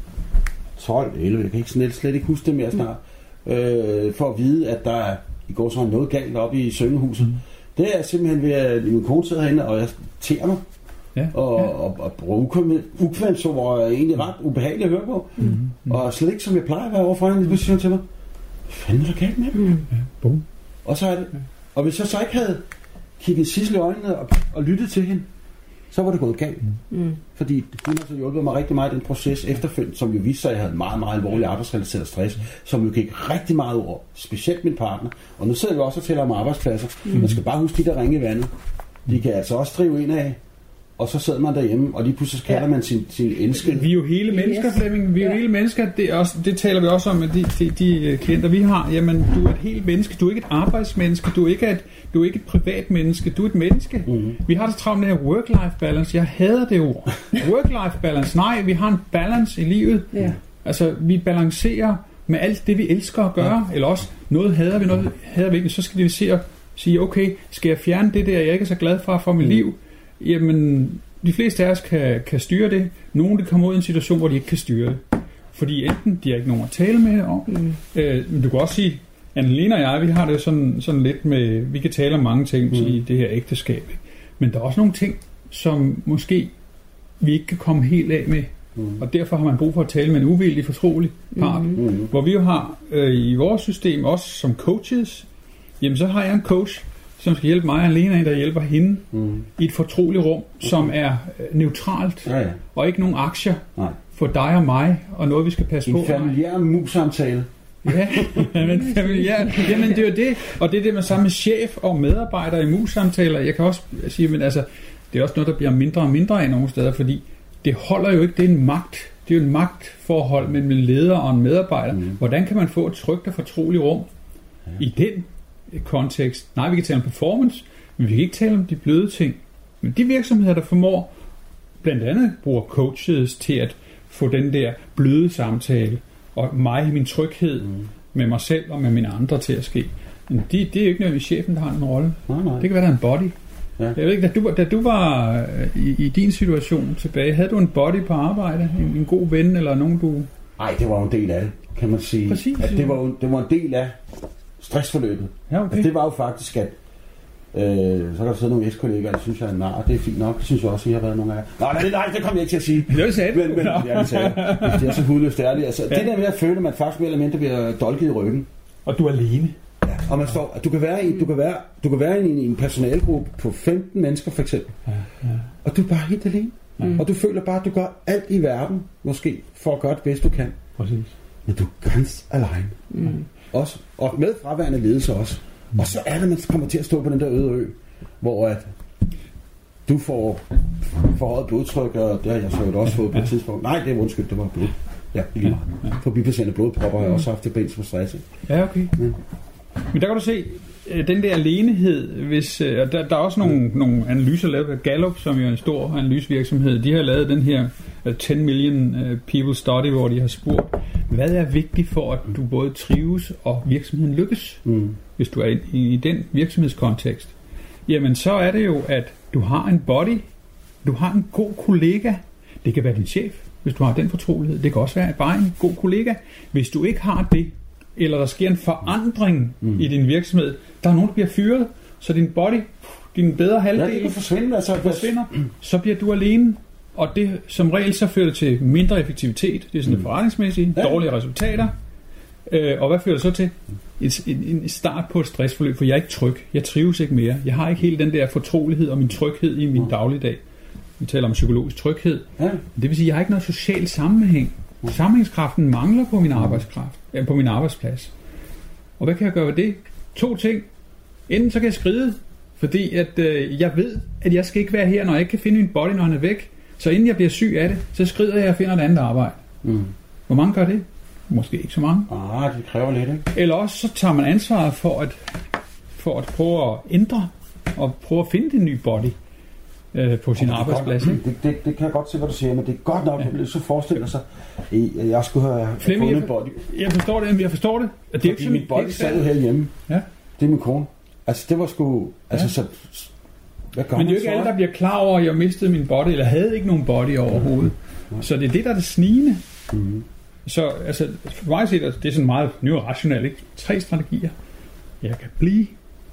tolv, elleve, jeg kan ikke slet, slet ikke huske det mere snart, mm. øh, for at vide, at der er, i går sådan noget galt oppe i Søngehuset. Mm. Det er simpelthen ved, at min kone sidder herinde, og jeg tærer mig. Ja, og, ja. og, og bruge ukvændsord er egentlig ret ubehageligt at høre på. Mm, mm. Og slet ikke som jeg plejer at være overfor hende, hvis siger til mig, hvad fanden er der galt med dem? Mm. Ja, og så er det. Ja. Og hvis jeg så ikke havde kigget Sissel i øjnene og, og lyttet til hende, så var det gået galt. Mm. Fordi hun har så hjulpet mig rigtig meget i den proces efterfølgende, som jo viste sig, at jeg havde meget, meget alvorlig arbejdsrelateret stress, som jo gik rigtig meget over, specielt min partner. Og nu sidder vi også og tæller om arbejdspladser. Mm. Man skal bare huske de der ringe i vandet. De kan altså også drive ind af. Og så sidder man derhjemme, og lige pludselig kalder ja. man sin, sin elskede. Vi er jo hele mennesker, yes. Flemming. Vi er jo ja. hele mennesker. Det, er også, det taler vi også om med de, de, de klienter, vi har. Jamen, du er et helt menneske. Du er ikke et arbejdsmenneske. Du er ikke et, du er ikke et privat menneske. Du er et menneske. Mm-hmm. Vi har det travlt med det her work-life balance. Jeg hader det ord. Work-life balance. Nej, vi har en balance i livet. Ja. Altså, vi balancerer med alt det, vi elsker at gøre. Ja. Eller også, noget hader vi, noget hader vi ikke. Så skal vi se og sige, okay, skal jeg fjerne det der, jeg ikke er så glad for for mit mm. liv? Jamen, de fleste af os kan, kan styre det. Nogle de kommer ud i en situation, hvor de ikke kan styre det. Fordi enten de har ikke nogen at tale med om. Mm. Øh, men du kan også sige, Anne-Lene og jeg, vi har det sådan, sådan lidt med, vi kan tale om mange ting mm. i det her ægteskab. Men der er også nogle ting, som måske vi ikke kan komme helt af med. Mm. Og derfor har man brug for at tale med en uvildig, fortrolig part. Mm. Hvor vi jo har øh, i vores system, også som coaches, jamen så har jeg en coach, som skal hjælpe mig og Lena, der hjælper hende mm. i et fortroligt rum, okay. som er neutralt, ja, ja. og ikke nogen aktier Nej. for dig og mig, og noget, vi skal passe en på. En familiær mus-samtale. Ja, men familiær, jamen det er jo det, og det er det med samme chef og medarbejder i mus-samtaler. Jeg kan også sige, men altså, det er også noget, der bliver mindre og mindre af nogle steder, fordi det holder jo ikke, det er en magt det er jo et magtforhold mellem en leder og en medarbejder. Mm. Hvordan kan man få et trygt og fortroligt rum ja. i den kontekst? Nej, vi kan tale om performance, men vi kan ikke tale om de bløde ting. Men de virksomheder, der formår, blandt andet bruger coaches til at få den der bløde samtale, og mig i min tryghed mm. med mig selv og med mine andre til at ske. Men det, det er jo ikke noget, chefen der har en rolle. Nej, nej. Det kan være, der er en body. Ja. Jeg ved ikke, da du, da du var i, i din situation tilbage, havde du en body på arbejde? En, en god ven eller nogen, du... Nej, det var jo en del af det, kan man sige. Præcis, at det, var jo, det var en del af stressforløbet. Ja, okay. Altså, det var jo faktisk, at øh, så kan der sidde nogle eks-kollegaer, der synes, jeg er en nar. Det er fint nok. Det synes jeg også, I har været nogle af jer. Nej, nej, nej, det kommer jeg ikke til at sige. Det var det sagde. Men, men ja, det sagde jeg. Det er så hudløst ærligt. Altså, ja. Det der med at føle, at man faktisk mere eller mindre bliver dolket i ryggen. Og du er alene. Ja, og man står, du kan være i, du kan være, du kan være i en, en personalegruppe på femten mennesker for eksempel. Ja, ja. Og du er bare helt alene. Mm. Og du føler bare, at du gør alt i verden, måske, for at gøre det bedst, du kan. Præcis. Men du er ganz alene. Mm. Også, og med fraværende ledelse også. Mm. Og så er det, man kommer til at stå på den der øde ø, hvor at du får forhøjet blodtryk, og det har jeg så også fået på et tidspunkt. Nej, det er undskyld, det var blod. Ja, lige meget. Ja, ja. Forbipasserende blodpropper har jeg også haft det bens for stress. Ja, okay. Ja. Men der kan du se, den der alenehed, hvis, der, der er også nogle, nogle analyser lavet af Gallup, som jo er en stor analysevirksomhed. De har lavet den her ten million people study, hvor de har spurgt, hvad er vigtigt for, at du både trives og virksomheden lykkes, mm. hvis du er i, i den virksomhedskontekst. Jamen, så er det jo, at du har en body, du har en god kollega. Det kan være din chef, hvis du har den fortrolighed. Det kan også være bare en god kollega. Hvis du ikke har det, eller der sker en forandring mm. i din virksomhed, der er nogen, der bliver fyret, så din body, din bedre halvdel, ja, forsvinder, altså, forsvinder, så bliver du alene, og det som regel så fører det til mindre effektivitet, det er sådan mm. forretningsmæssigt, ja. Dårlige resultater, øh, og hvad fører det så til? Et, en, en start på et stressforløb, for jeg er ikke tryg, jeg trives ikke mere, jeg har ikke helt den der fortrolighed og min tryghed i min mm. dagligdag. Vi taler om psykologisk tryghed, ja. Det vil sige, at jeg har ikke noget social sammenhæng. Sammenhængskraften mangler på min arbejdskraft, øh, på min arbejdsplads. Og hvad kan jeg gøre ved det? To ting. Enten så kan jeg skride, fordi at øh, jeg ved, at jeg skal ikke være her, når jeg ikke kan finde min body, når han er væk. Så inden jeg bliver syg af det, så skrider jeg og finder et andet arbejde. Mm. Hvor mange gør det? Måske ikke så mange. Ah, det kræver lidt, ikke? Eller også så tager man ansvaret for at, for at prøve at ændre og prøve at finde den nye body øh, på sin arbejdsplads. Godt, det, det, det kan jeg godt se, hvad du siger, men det er godt nok, ja. Så forestiller sig, at jeg skulle have Flemming, fundet en body. Jeg forstår det, jeg forstår det. At det er ikke min body sad herhjemme. Ja. Det er min kone. Altså, det var sgu... Altså, ja. så... Hvad gør men det er jo ikke alle, der bliver klar over, at jeg mistede min body, eller havde ikke nogen body overhovedet. Mm. Så det er det, der er det snigende. Mm. Så altså, for mig set, det er sådan meget neurationelt, ikke? Tre strategier. Jeg kan blive,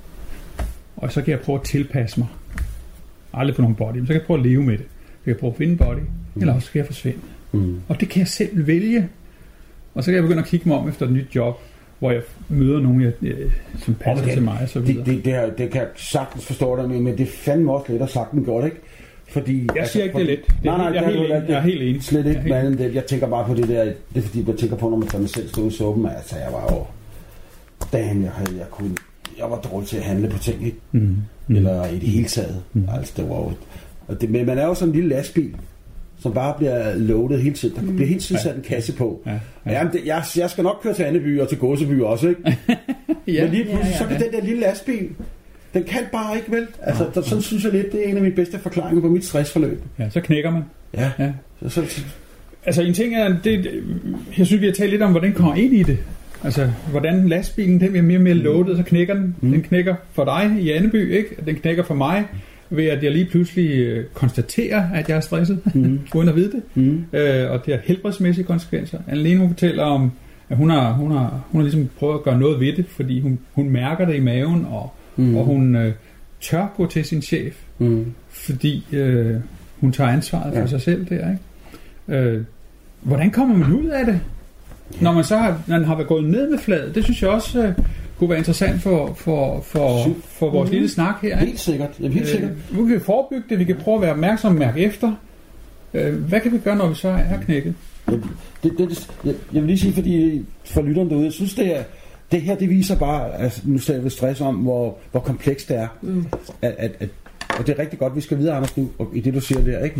og så kan jeg prøve at tilpasse mig. Aldrig på nogen body, men så kan jeg prøve at leve med det. Så kan jeg prøve at finde body, mm. eller også skal jeg forsvinde. Mm. Og det kan jeg selv vælge. Og så kan jeg begynde at kigge mig om efter et nyt job, hvor jeg møder nogen, jeg, som passer det, til mig. Og så videre. Det, det, det, her, det kan jeg sagtens forstå dig med, men det er fandme også lidt at sagtens gjort, ikke? Fordi, jeg altså, siger ikke, fordi, det er let. Det er, nej, nej, jeg, er helt enig. jeg er helt enig. Slet ikke, men det, jeg tænker bare på det der, det er fordi, jeg tænker på, når man tager mig selv stå i suppen, altså jeg var jo, damn, jeg, havde, jeg, kunne, jeg var dårlig til at handle på ting, ikke? Mm. Eller i det hele taget. Mm. Altså, det var jo, og det, men man er jo sådan en lille lastbil, som bare bliver loadet hele tiden. Der bliver hele tiden sat en kasse på. Ja, ja. Jamen, det, jeg, jeg skal nok køre til Andeby og til Gåseby også, ikke? ja, men lige pludselig, ja, ja, så kan ja. den der lille lastbil, den kan bare ikke, vel? Altså, der, sådan synes jeg lidt, det er en af mine bedste forklaringer på mit stressforløb. Ja, så knækker man. Ja. ja. Så, så, altså, en ting er, det, jeg synes, vi har talt lidt om, hvordan den kommer ind i det. Altså, hvordan lastbilen, den bliver mere og mere loadet, så knækker den. Mm. Den knækker for dig i Andeby, ikke? Den knækker for mig, ved at jeg lige pludselig øh, konstaterer, at jeg er stresset, mm. uden at vide det. Mm. Øh, og det har helbredsmæssige konsekvenser. Anne-Lene, hun fortæller om, at hun har, hun, har, hun har ligesom prøvet at gøre noget ved det, fordi hun, hun mærker det i maven, og, mm. og hun øh, tør gå til sin chef, mm. fordi øh, hun tager ansvaret ja. for sig selv der. Ikke? Øh, hvordan kommer man ud af det? Ja. Når man så har, når man har været gået ned med fladet, det synes jeg også... Øh, kunne være interessant for, for, for, for vores mm. lille snak her. Ikke? Helt sikkert. Jamen, helt sikkert. Øh, nu kan vi forebygge det, vi kan prøve at være opmærksomme og mærke efter. Øh, hvad kan vi gøre, når vi så er knækket? Ja, det, det, jeg, jeg vil lige sige, fordi for lytteren derude, jeg synes, det, er, det her det viser bare, altså, nu taler vi stress om, hvor, hvor komplekst det er. Mm. At, at, at, og det er rigtig godt, vi skal videre, Anders, nu, og i det du siger der, ikke? Mm.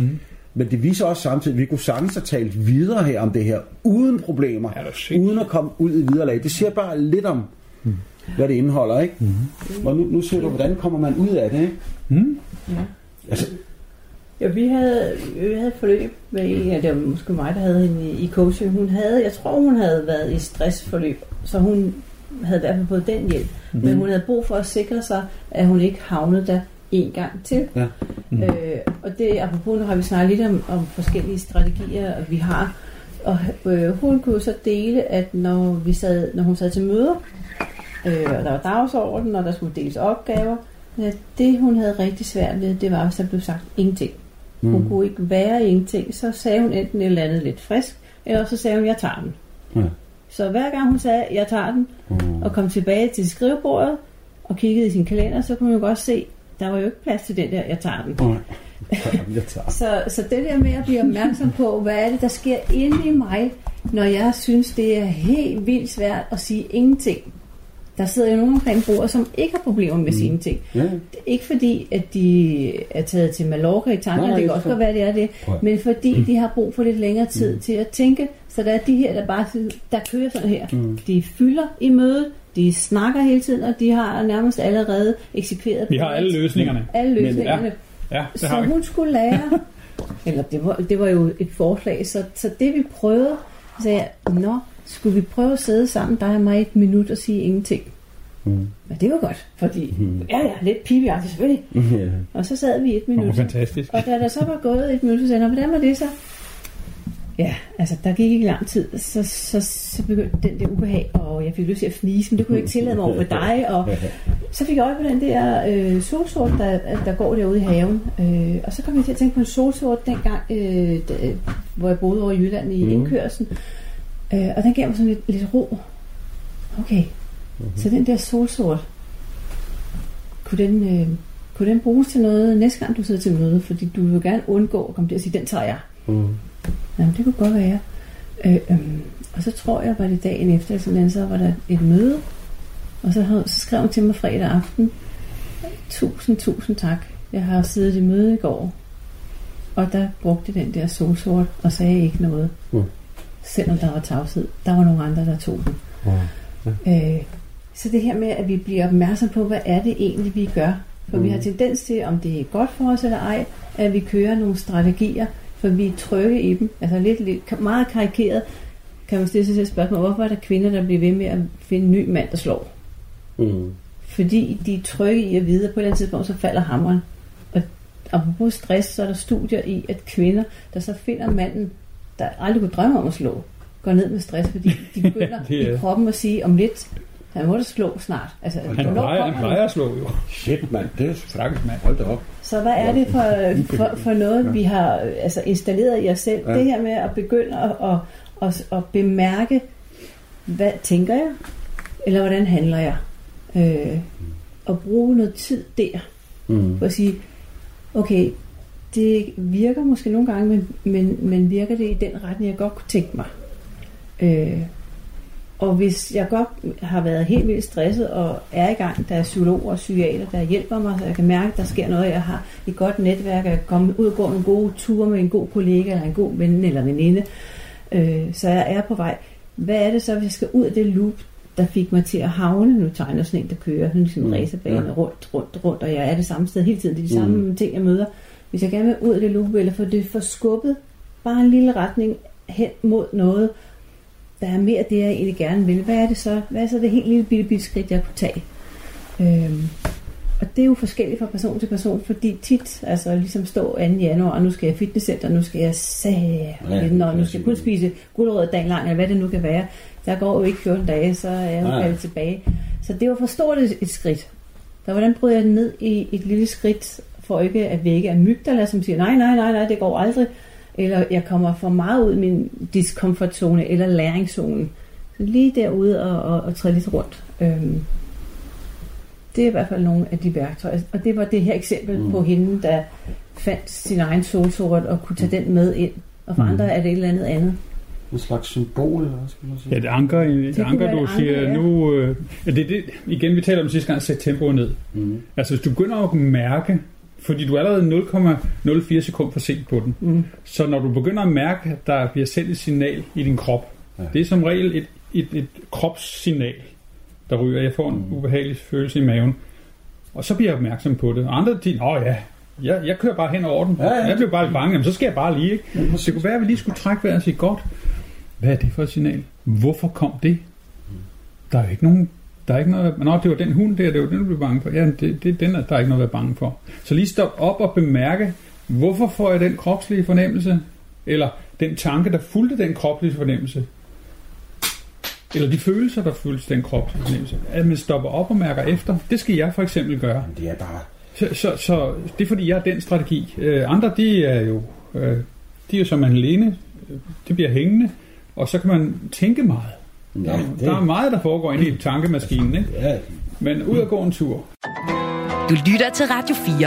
Men det viser også samtidig, at vi kunne sagtens have talt videre her om det her, uden problemer, ja, uden at komme ud i viderelag. Det siger bare lidt om, mm. hvad det indeholder, ikke? Mm. Og nu, nu ser du, hvordan kommer man ud af det, ikke? Mm. Ja. Altså, Ja, vi havde, vi havde et forløb med en, ja, det var måske mig, der havde hende i, i coaching. Hun havde, jeg tror, hun havde været i stressforløb, så hun havde i hvert fald fået den hjælp. Mm. Men hun havde brug for at sikre sig, at hun ikke havnede der en gang til. Ja. Mm. Øh, og det, apropos, nu har vi snakket lidt om, om forskellige strategier, vi har. Og øh, hun kunne så dele, at når, vi sad, når hun sad til møder, øh, og der var dagsorden, og der skulle deles opgaver, det hun havde rigtig svært ved, det var, hvis der blev sagt ingenting. Hun mm. kunne ikke være ingenting. Så sagde hun enten et eller andet lidt frisk, eller så sagde hun, jeg tager den. Ja. Så hver gang hun sagde, jeg tager den, mm. og kom tilbage til skrivebordet, og kiggede i sin kalender, så kunne man jo godt se, der var jo ikke plads til den der, jeg tager den. Mm. Jeg tager. så, så det der med at blive opmærksom på, hvad er det, der sker inde i mig, når jeg synes, det er helt vildt svært at sige ingenting. Der sidder jo nogen omkring bordet, som ikke har problemer med mm. sine ting. Ja. Det er ikke fordi, at de er taget til Mallorca i tankerne, nej, det kan også godt være, det er det, ja. Men fordi mm. de har brug for lidt længere tid mm. til at tænke, så der er de her, der bare der kører sådan her. Mm. De fylder i mødet, de snakker hele tiden, og de har nærmest allerede eksekveret. Vi har alle løsningerne. Alle løsningerne. Men, ja. Ja, så hun skulle lære, eller det var, det var jo et forslag, så, så det vi prøvede, så sagde jeg, nå, skulle vi prøve at sidde sammen, der er mig et minut og sige ingenting. Mm. Men det var godt, fordi mm. ja, ja, lidt pibjagtigt selvfølgelig. Mm, yeah. Og så sad vi et minut. Oh, fantastisk. Og da der så var gået et minut, så sagde jeg, hvordan var det så? Ja, altså der gik ikke lang tid, så, så, så begyndte den der ubehag, og jeg fik lyst til at fnise, men det kunne jeg ikke tillade mig over for dig. Og så fik jeg øje på den der øh, solsort, der, der går derude i haven. Øh, og så kom jeg til at tænke på en solsort dengang, øh, da, hvor jeg boede over i Jylland i mm. indkørslen. Øh, og den gav mig sådan lidt, lidt ro. Okay, mm-hmm. Så den der solsort, kunne den, øh, kunne den bruges til noget næste gang du sidder til møde? Fordi du vil gerne undgå at komme til at sige, den tager jeg. Mm. Jamen det kunne godt være. Øh, øh, og så tror jeg, var det dagen efter, sådan, så var der et møde. Og så, så skrev hun til mig fredag aften. Tusind, tusind tak. Jeg har siddet i møde i går. Og der brugte den der solsort og sagde ikke noget. Mm. Selvom der var tavshed. Der var nogle andre, der tog den. Ja. Øh, så det her med, at vi bliver opmærksom på, hvad er det egentlig, vi gør. For mm. vi har tendens til, om det er godt for os eller ej, at vi kører nogle strategier, for vi er trygge i dem. Altså lidt, lidt meget karikeret kan man stille sig til et spørgsmål, hvorfor er der kvinder, der bliver ved med at finde en ny mand, der slår? Mm. Fordi de er trygge i at vide, at på et eller andet tidspunkt, så falder hammeren. Og apropos stress, så er der studier i, at kvinder, der så finder manden, der aldrig kunne drømme om at slå, går ned med stress, fordi de begynder i kroppen at sige, om lidt, han må da slå snart. Altså, han plejer, han plejer at slå jo. Shit, mand. Det er stakkels mand. Hold da op. Så hvad er det for, for, for noget, vi har altså, installeret i os selv? Ja. Det her med at begynde at, at, at, at bemærke, hvad tænker jeg? Eller hvordan handler jeg? Øh, og bruge noget tid der. Mm. For at sige, okay, det virker måske nogle gange, men, men, men virker det i den retning, jeg godt kunne tænke mig? Øh, og hvis jeg godt har været helt vildt stresset og er i gang, der er psykologer og psykiater, der hjælper mig, så jeg kan mærke, at der sker noget, jeg har et godt netværk, jeg kan komme ud og gå en god tur med en god kollega eller en god ven eller veninde, øh, så jeg er på vej. Hvad er det så, hvis jeg skal ud af det loop, der fik mig til at havne? Nu tegner sådan en, der kører ligesom en racerbane ja. rundt, rundt, rundt, og jeg er det samme sted hele tiden. Det er de samme mm. ting, jeg møder. Hvis jeg gerne vil ud af det loop, eller få det forskubbet, bare en lille retning hen mod noget, der er mere det, jeg egentlig gerne vil. Hvad er det så? Hvad er så det helt lille bitte, bitte skridt, jeg kunne tage? Øhm, og det er jo forskelligt fra person til person, fordi tit, altså ligesom stå anden januar, nu skal jeg i fitnesscenter, nu skal jeg sære, ja, nu skal jeg kun spise gulerødder dagen lang, eller hvad det nu kan være. Der går jo ikke fjorten dage, så er jeg jo faldet tilbage. Så det var for stort et, et skridt. Så hvordan bryder jeg den ned i et lille skridt, for ikke at vække amygdala, som siger, nej, nej, nej, nej, det går aldrig. Eller jeg kommer for meget ud i min diskomfortzone eller læringszone. Så lige derude og, og, og træde lidt rundt. Øhm, det er i hvert fald nogle af de værktøjer. Og det var det her eksempel mm. på hende, der fandt sin egen solsort og kunne tage den med ind. Og for mm. andre er det et eller andet andet. En slags symbol, eller hvad skal man sige? Ja, det anker, det det anker du anker, siger ja. nu... Øh, ja, det, det, igen, vi taler om sidste gang, at sætte tempoet ned. Mm. Altså, hvis du begynder at mærke Fordi du er allerede nul komma nul fire sekunder for sent på den. Mm. Så når du begynder at mærke, at der bliver sendt et signal i din krop, ja. Det er som regel et, et, et kropssignal, der ryger. Jeg får en mm. ubehagelig følelse i maven. Og så bliver jeg opmærksom på det. Og andre, de, åh ja, jeg, jeg kører bare hen over den. Ja, ja. Jeg bliver bare lidt bange, jamen, så skal jeg bare lige. Ikke? Ja, det kunne være, at vi lige skulle trække vejret og sige, godt, hvad er det for et signal? Hvorfor kom det? Der er jo ikke nogen... Der er ikke noget... Nå, det var den hund der, det var den, du blev bange for. Ja, det, det den, der er ikke noget at være bange for. Så lige stop op og bemærke, hvorfor får jeg den kropslige fornemmelse? Eller den tanke, der fulgte den kropslige fornemmelse? Eller de følelser, der føltes den kropslige fornemmelse? At man stopper op og mærker efter. Det skal jeg for eksempel gøre. Det er bare... Så, så, så det er fordi, jeg har den strategi. Øh, andre, de er jo... Øh, de er jo som alene. Det bliver hængende. Og så kan man tænke meget. Ja, det... Der er meget, der foregår inde i tankemaskinen, ikke? Ja. Men ud og gå en tur. Du lytter til Radio fire.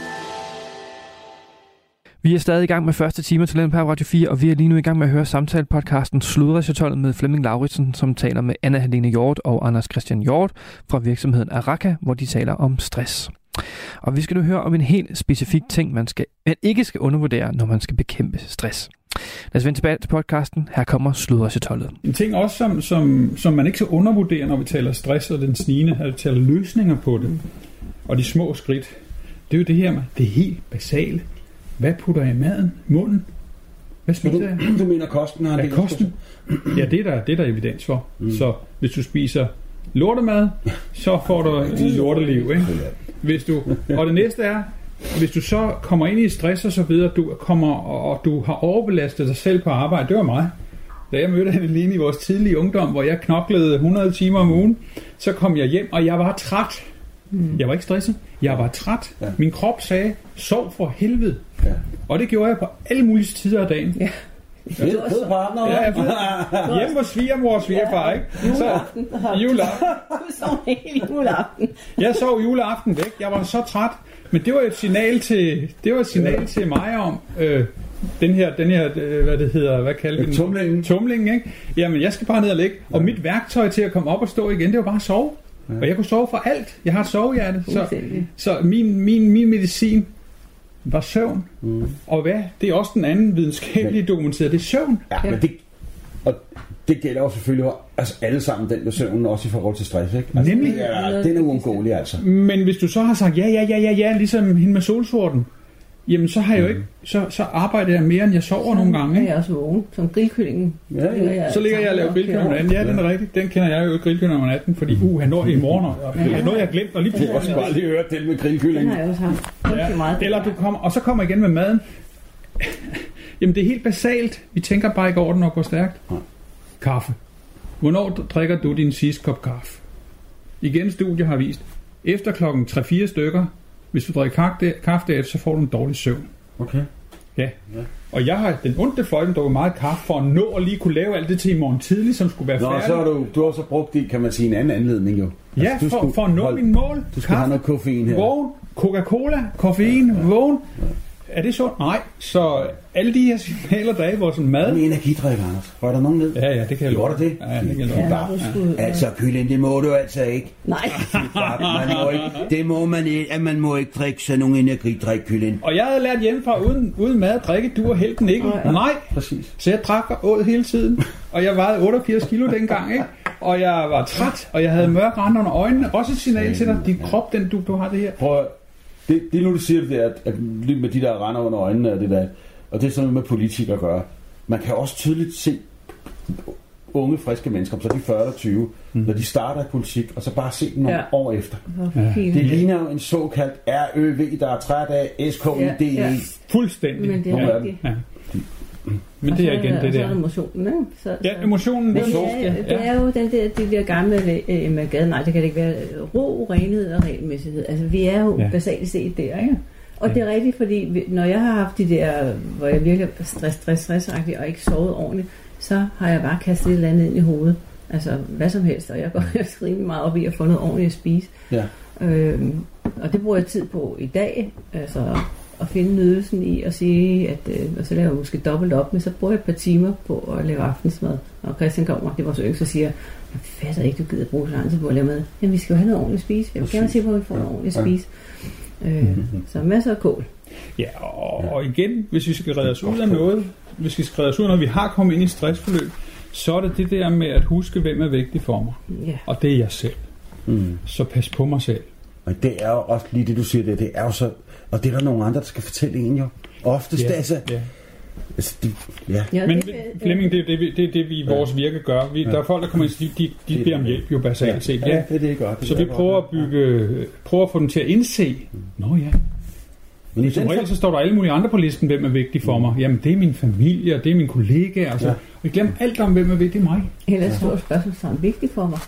Vi er stadig i gang med første time til på Radio fire, og vi er lige nu i gang med at høre samtale-podcasten Sludresertollet med Flemming Lauritsen, som taler med Anna Helene Hjort og Anders Christian Hjort fra virksomheden Araka, hvor de taler om stress. Og vi skal nu høre om en helt specifik ting, man, skal, man ikke skal undervurdere, når man skal bekæmpe stress. Lad os vende tilbage til podcasten. Her kommer Sludresertollet. En ting også, som, som, som man ikke skal undervurdere, når vi taler stress og den snigende, at vi taler løsninger på det, og de små skridt, det er jo det her med, det er helt basale. Hvad putter jeg i maden? Munden? Hvad spiser du, jeg? Du mener kosten har ja, kosten? Ja, det er, der, det er der evidens for. Mm. Så hvis du spiser lortemad, så får du et lorteliv, ikke? Hvis du, og det næste er, hvis du så kommer ind i stress og så videre, du kommer, og du har overbelastet dig selv på arbejde, det var mig. Da jeg mødte Helene i vores tidlige ungdom, hvor jeg knoklede hundrede timer om ugen, så kom jeg hjem, og jeg var træt. Mm. Jeg var ikke stresset. Jeg var træt. Ja. Min krop sagde, sov for helvede. Ja. Og det gjorde jeg på alle mulige tider af dagen. Ja. Fed, fed partner. Ja, fed. Hjemme hos svigermor og svigerfar, ikke? Juleaften. Juleaften. Du sov hele juleaften. Jeg sov juleaften væk. Jeg var så træt. Men det var et signal til, det var et signal ja. til mig om øh, den her, den her, øh, hvad det hedder, hvad kalder vi den? Tumlingen. Tumlingen, ikke? Jamen, jeg skal bare ned og ligge. Ja. Og mit værktøj til at komme op og stå igen, det var bare at sove. Ja. Og jeg kunne sove for alt. Jeg har et sovehjerte. Så, så min, min, min medicin var søvn. Mm. Og hvad? Det er også den anden videnskabelige dokumenteret. Det er søvn. Ja, ja. Men det, og det gælder jo selvfølgelig altså alle sammen den med søvnen, også i forhold til stress, ikke? Altså, Nemlig. Ja, den er uundgåelig, altså. Men hvis du så har sagt ja, ja, ja, ja, ja, ligesom hende med solsorten, jamen så har jeg jo ikke, så, så arbejder jeg mere, end jeg sover så nogle gange. Ikke? Jeg er også vågen, som grillkyllingen. Ja, ja. Så ligger jeg og laver grillkylling om natten. Ja, den er rigtig. Den kender jeg jo grillkylling om natten, fordi uh, han når i morgen, og ja, noget jeg har glemt, og lige pludselig også bare lige hørt den med grillkylling. Den har jeg også haft. Ja. Meget. Eller du kommer, og så kommer igen med maden. Jamen det er helt basalt. Vi tænker bare ikke over den og går stærkt. Ja. Kaffe. Hvornår drikker du din sidste kop kaffe? Igen studier har vist, efter klokken tre fire stykker, hvis du drikker kaffe derefter, så får du en dårlig søvn. Okay. Ja. Ja. Og jeg har den onde fløjten drukket meget kaffe for at nå at lige kunne lave alt det til i morgen tidlig, som skulle være Nå, færdigt. så har du, du har så brugt det, kan man sige, en anden anledning jo. Ja, altså, for, skulle, for at nå hold, min mål. Du skal have noget koffein her. Vågen, Coca-Cola, koffein, ja. Vågen. Ja. Er det sundt? Nej. Så alle de her signaler, der er i vores mad... En energidrik, Anders. Røg der nogen ned? Ja, ja, det kan jeg love. Gjorde du det? Ja, det kan jeg love. Ja, ja. Altså, kylling, det må du altså ikke. Nej. Man må ikke, det må man ikke, at man må ikke drikke sådan nogle energidrik, kylling. Og jeg havde lært hjemmefra, uden, uden mad at drikke, du og helten ikke. Ja, nej. Præcis. Så jeg drak og åd hele tiden. Og jeg vejede otteogfirs kilo dengang, ikke? Og jeg var træt, og jeg havde mørk rand under øjnene. Også et signal til dig. Din krop, den du, du har det her. Prøv Det, det er nu, du siger det der, at, at med de der render under øjnene og det der, og det er sådan noget med politikere at gøre. Man kan også tydeligt se unge, friske mennesker, så de er fyrre eller tyve, mm. når de starter i politik, og så bare se dem nogle ja. år efter. Ja. Det ligner jo en såkaldt R Ø V, der er træt af S K I D E. Ja, ja. Fuldstændig. Men det er rigtigt. Ja. Men det er igen det der. Og så er det emotionen, ikke? Så, ja, emotionen. Men det er, det er jo den der, de der gamle øh, med gaden, nej, det kan det ikke være, ro, renhed og regelmæssighed. Altså, vi er jo ja. basalt set der, ikke? Og ja. det er rigtigt, fordi når jeg har haft de der, hvor jeg virkelig er stress, stress, stressagtig og ikke sovet ordentligt, så har jeg bare kastet et eller andet ind i hovedet. Altså, hvad som helst, og jeg går jeg skriver meget op i at få noget ordentligt at spise. Ja. Øhm, og det bruger jeg tid på i dag, altså at finde nydelsen i at sige, at, øh, og så laver jeg måske dobbelt op, men så bruger jeg et par timer på at lave aftensmad. Og Christian kommer, det er vores yngste, og siger, jeg fatter ikke, du gider bruge så lang tid på at lave mad. Jamen, vi skal jo have noget ordentligt at spise. Jeg vil gerne se, hvor vi får noget ordentligt at spise. Øh, så masser af kål. Ja, og, og igen, hvis vi skal redde os ud af noget, hvis vi skal redde os ud af noget, vi har kommet ind i et stressforløb, så er det det der med at huske, hvem er vigtig for mig. Ja. Og det er jeg selv. Mm. Så pas på mig selv. Og det er jo også lige det, du siger, det, det er jo så... Og det er der nogle andre, der skal fortælle en jo. Oftest, ja, altså... Ja. altså de, ja. Ja, Men Flemming, det er det, det, det, det vi i vores virke gør. Vi, ja. Der er folk, der kommer ind, de, de, de beder om hjælp jo basalt set. Ja, ja, det er det godt. Det så vi prøver at bygge, prøver at få dem til at indse, nå ja, men som regel så står der alle mulige andre på listen, hvem er vigtig for mig. Jamen, det er min familie, og det er mine kollegaer. Altså. Ja. Og vi glemmer alt om, hvem er vigtig mig. Eller et stort spørgsmål, som er vigtig for mig.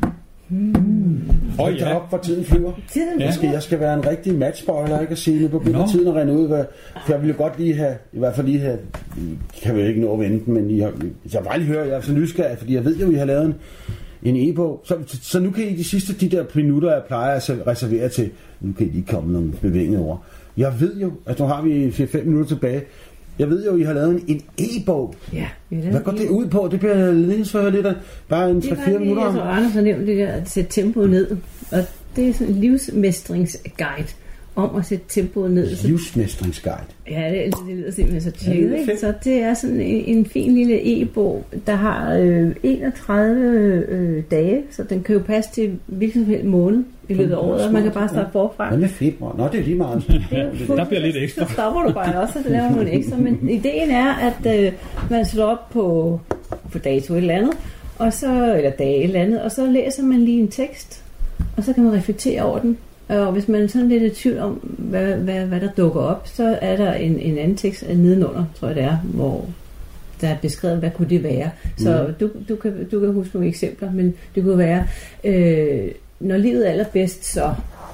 Hmm. Og ja. op, hvor tiden flyver. Tiden jeg, skal, jeg skal være en rigtig matchspoiler, ikke at sige, nu begynder tiden at rende ud. Hvad, for jeg ville godt lige have, i hvert fald lige have, kan vi ikke nå at vente, men I har, jeg vil bare lige høre, jeg er så nysgerrig, fordi jeg ved jo, I har lavet en, en e-bog. Så, så nu kan I de sidste de der minutter, jeg plejer at reservere til, nu kan I lige komme nogle bevægende ord. Jeg ved jo, at nu har vi fire fem minutter tilbage. Jeg ved jo, at I har lavet en, en e-bog. Ja, hvad går det ud på? Det bliver lidt lidt af bare en tre fire minutter. Det var lige, Anders har nævnt det der, at sætte tempoet ned. Og det er sådan en livsmestringsguide om at sætte tempoet ned. Livsmestringsguide? Ja, det, det lyder simpelthen så tjekket, ikke? Så det er sådan en, en fin lille e-bog, der har øh, enogtredive øh, dage, så den kan jo passe til hvilken som helst måned i løbet af året, og man kan bare starte forfra. Hvad med februar? Nå, det er lige meget. Der bliver lidt ekstra. Så stopper du bare også, og laver nogle ekstra. Men ideen er, at øh, man slår op på, på dato et eller andet, og så, eller dag et eller andet, og så læser man lige en tekst, og så kan man reflektere over den. Og hvis man er sådan lidt i tvivl om, hvad, hvad, hvad der dukker op, så er der en, en anden tekst nedenunder, tror jeg det er, hvor der er beskrevet, hvad kunne det være. Så mm. du, du, kan, du kan huske nogle eksempler, men det kunne være, øh, når livet er allerbedst, så...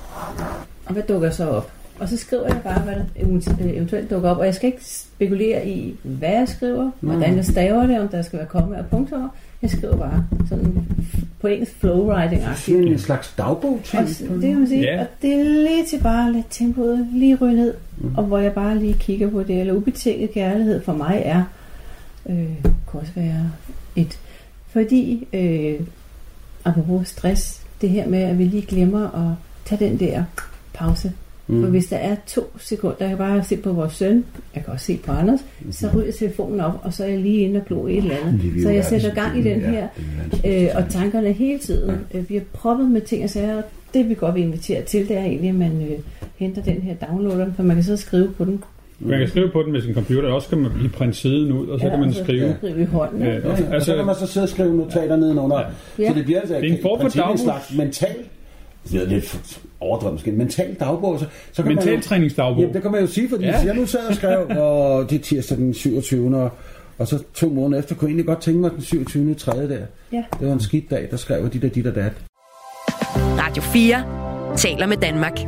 Og hvad dukker så op? Og så skriver jeg bare, hvad der eventuelt dukker op. Og jeg skal ikke spekulere i, hvad jeg skriver, hvordan jeg staver det, om der skal være komme og punkter. Jeg skriver bare sådan på engelsk flow writing-agtigt. Det er en slags dagbog til. Det kan man sige. Yeah. Og det er lige til bare at lade tempoet lige ryge ned. Mm. Og hvor jeg bare lige kigger på det. Eller ubetinget kærlighed for mig er, øh, kunne også være et. Fordi, øh, apropos stress, det her med, at vi lige glemmer at tage den der pause. Mm. For hvis der er to sekunder, jeg kan bare se på vores søn, jeg kan også se på Anders, mm. så ryger telefonen op, og så er jeg lige inde og glo et eller andet. Så jeg sætter gang i den her, øh, og tankerne hele tiden øh, bliver proppet med ting og sager, og det vi godt vil invitere til, det er egentlig, at man øh, henter den her downloader, for man kan så skrive på den. Man kan skrive på den med sin computer, også kan man lige printe siden ud, og så ja, kan man skrive. Ja, skrive i hånden. Ja, ja, ja. Og så kan man så sidde og skrive notater nedenunder. Ja. Så det bliver altså det er en form for en slags mental, det er lidt overdrevet måske, en mental dagbog. Så, så kan mental træningsdagbog. Ja, det kan man jo sige, fordi ja. jeg nu sad og skrev, og det er tirsdag den syvogtyvende Og, og så to måneder efter kunne jeg egentlig godt tænke mig den syvogtyvende tredje der. Ja. Det var en skidt dag, der skrev de der, de der dat. Radio fire taler med Danmark.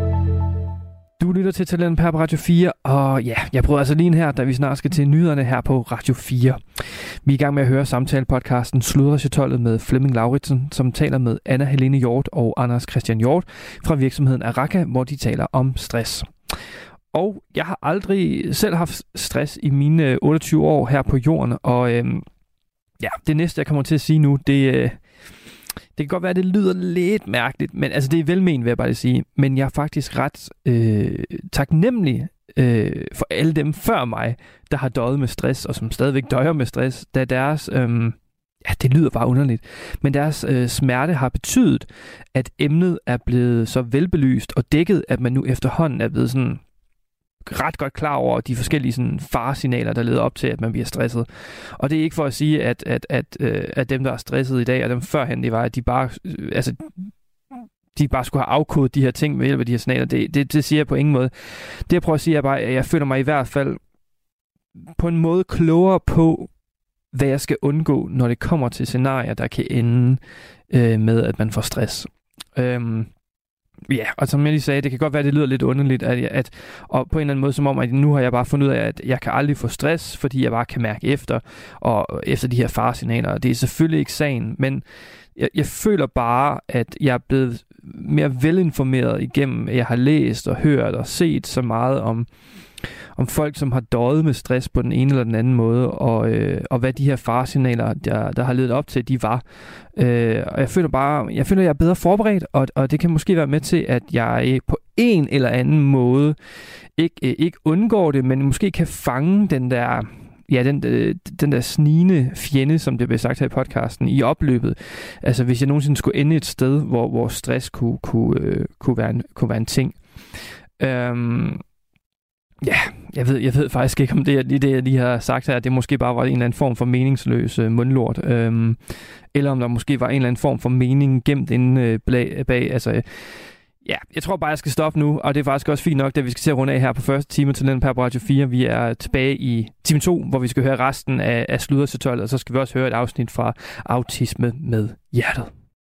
Du lytter til Talent på Radio fire, og ja, jeg prøver altså lige her, da vi snart skal til nyhederne her på Radio fire. Vi er i gang med at høre samtalepodcasten Sludrechatollet med Flemming Lauritsen, som taler med Anna Helene Hjort og Anders Christian Hjort fra virksomheden Araka, hvor de taler om stress. Og jeg har aldrig selv haft stress i mine otteogtyve år her på jorden, og øhm, ja, det næste, jeg kommer til at sige nu, det øh, Det kan godt være, at det lyder lidt mærkeligt, men altså det er velment, vil jeg bare sige. Men jeg er faktisk ret øh, taknemmelig øh, for alle dem før mig, der har døjet med stress, og som stadigvæk døjer med stress, da deres, øh, ja, det lyder bare underligt, men deres øh, smerte har betydet, at emnet er blevet så velbelyst og dækket, at man nu efterhånden er blevet sådan ret godt klar over de forskellige sådan, faresignaler, der leder op til, at man bliver stresset. Og det er ikke for at sige, at, at, at, øh, at dem, der er stresset i dag, og dem førhen, det var, at de bare, øh, altså, de bare skulle have afkodet de her ting med hjælp af de her signaler. Det, det, det siger jeg på ingen måde. Det jeg prøver at sige er bare, at jeg føler mig i hvert fald på en måde klogere på, hvad jeg skal undgå, når det kommer til scenarier, der kan ende øh, med, at man får stress. Øhm, Ja, og som jeg lige sagde, det kan godt være, at det lyder lidt underligt, at, at og på en eller anden måde, som om, at nu har jeg bare fundet ud af, at jeg kan aldrig få stress, fordi jeg bare kan mærke efter, og efter de her faresignaler. Det er selvfølgelig ikke sagen, men jeg, jeg føler bare, at jeg er blevet mere velinformeret igennem, at jeg har læst og hørt og set så meget om, om folk, som har døjet med stress på den ene eller den anden måde, og, øh, og hvad de her faresignaler, der, der har ledet op til, de var. Øh, og jeg føler bare, jeg føler, at jeg er bedre forberedt, og, og det kan måske være med til, at jeg på en eller anden måde ikke, øh, ikke undgår det, men måske kan fange den der, ja, den, øh, den der snigende fjende, som det blev sagt her i podcasten, i opløbet. Altså hvis jeg nogensinde skulle ende et sted, hvor, hvor stress kunne, kunne, øh, kunne, være en, kunne være en ting. Øhm, ja, jeg ved, jeg ved faktisk ikke, om det, lige det, jeg lige har sagt her, det måske bare var en eller anden form for meningsløs øh, mundlort. Øhm, eller om der måske var en eller anden form for mening gemt inde øh, bag, bag. Altså, øh, ja, jeg tror bare, jeg skal stoppe nu, og det er faktisk også fint nok, da vi skal til at runde af her på første time til den her på Radio fire. Vi er tilbage i time to, hvor vi skal høre resten af, af Sluddersetollet, og så skal vi også høre et afsnit fra Autisme med hjertet.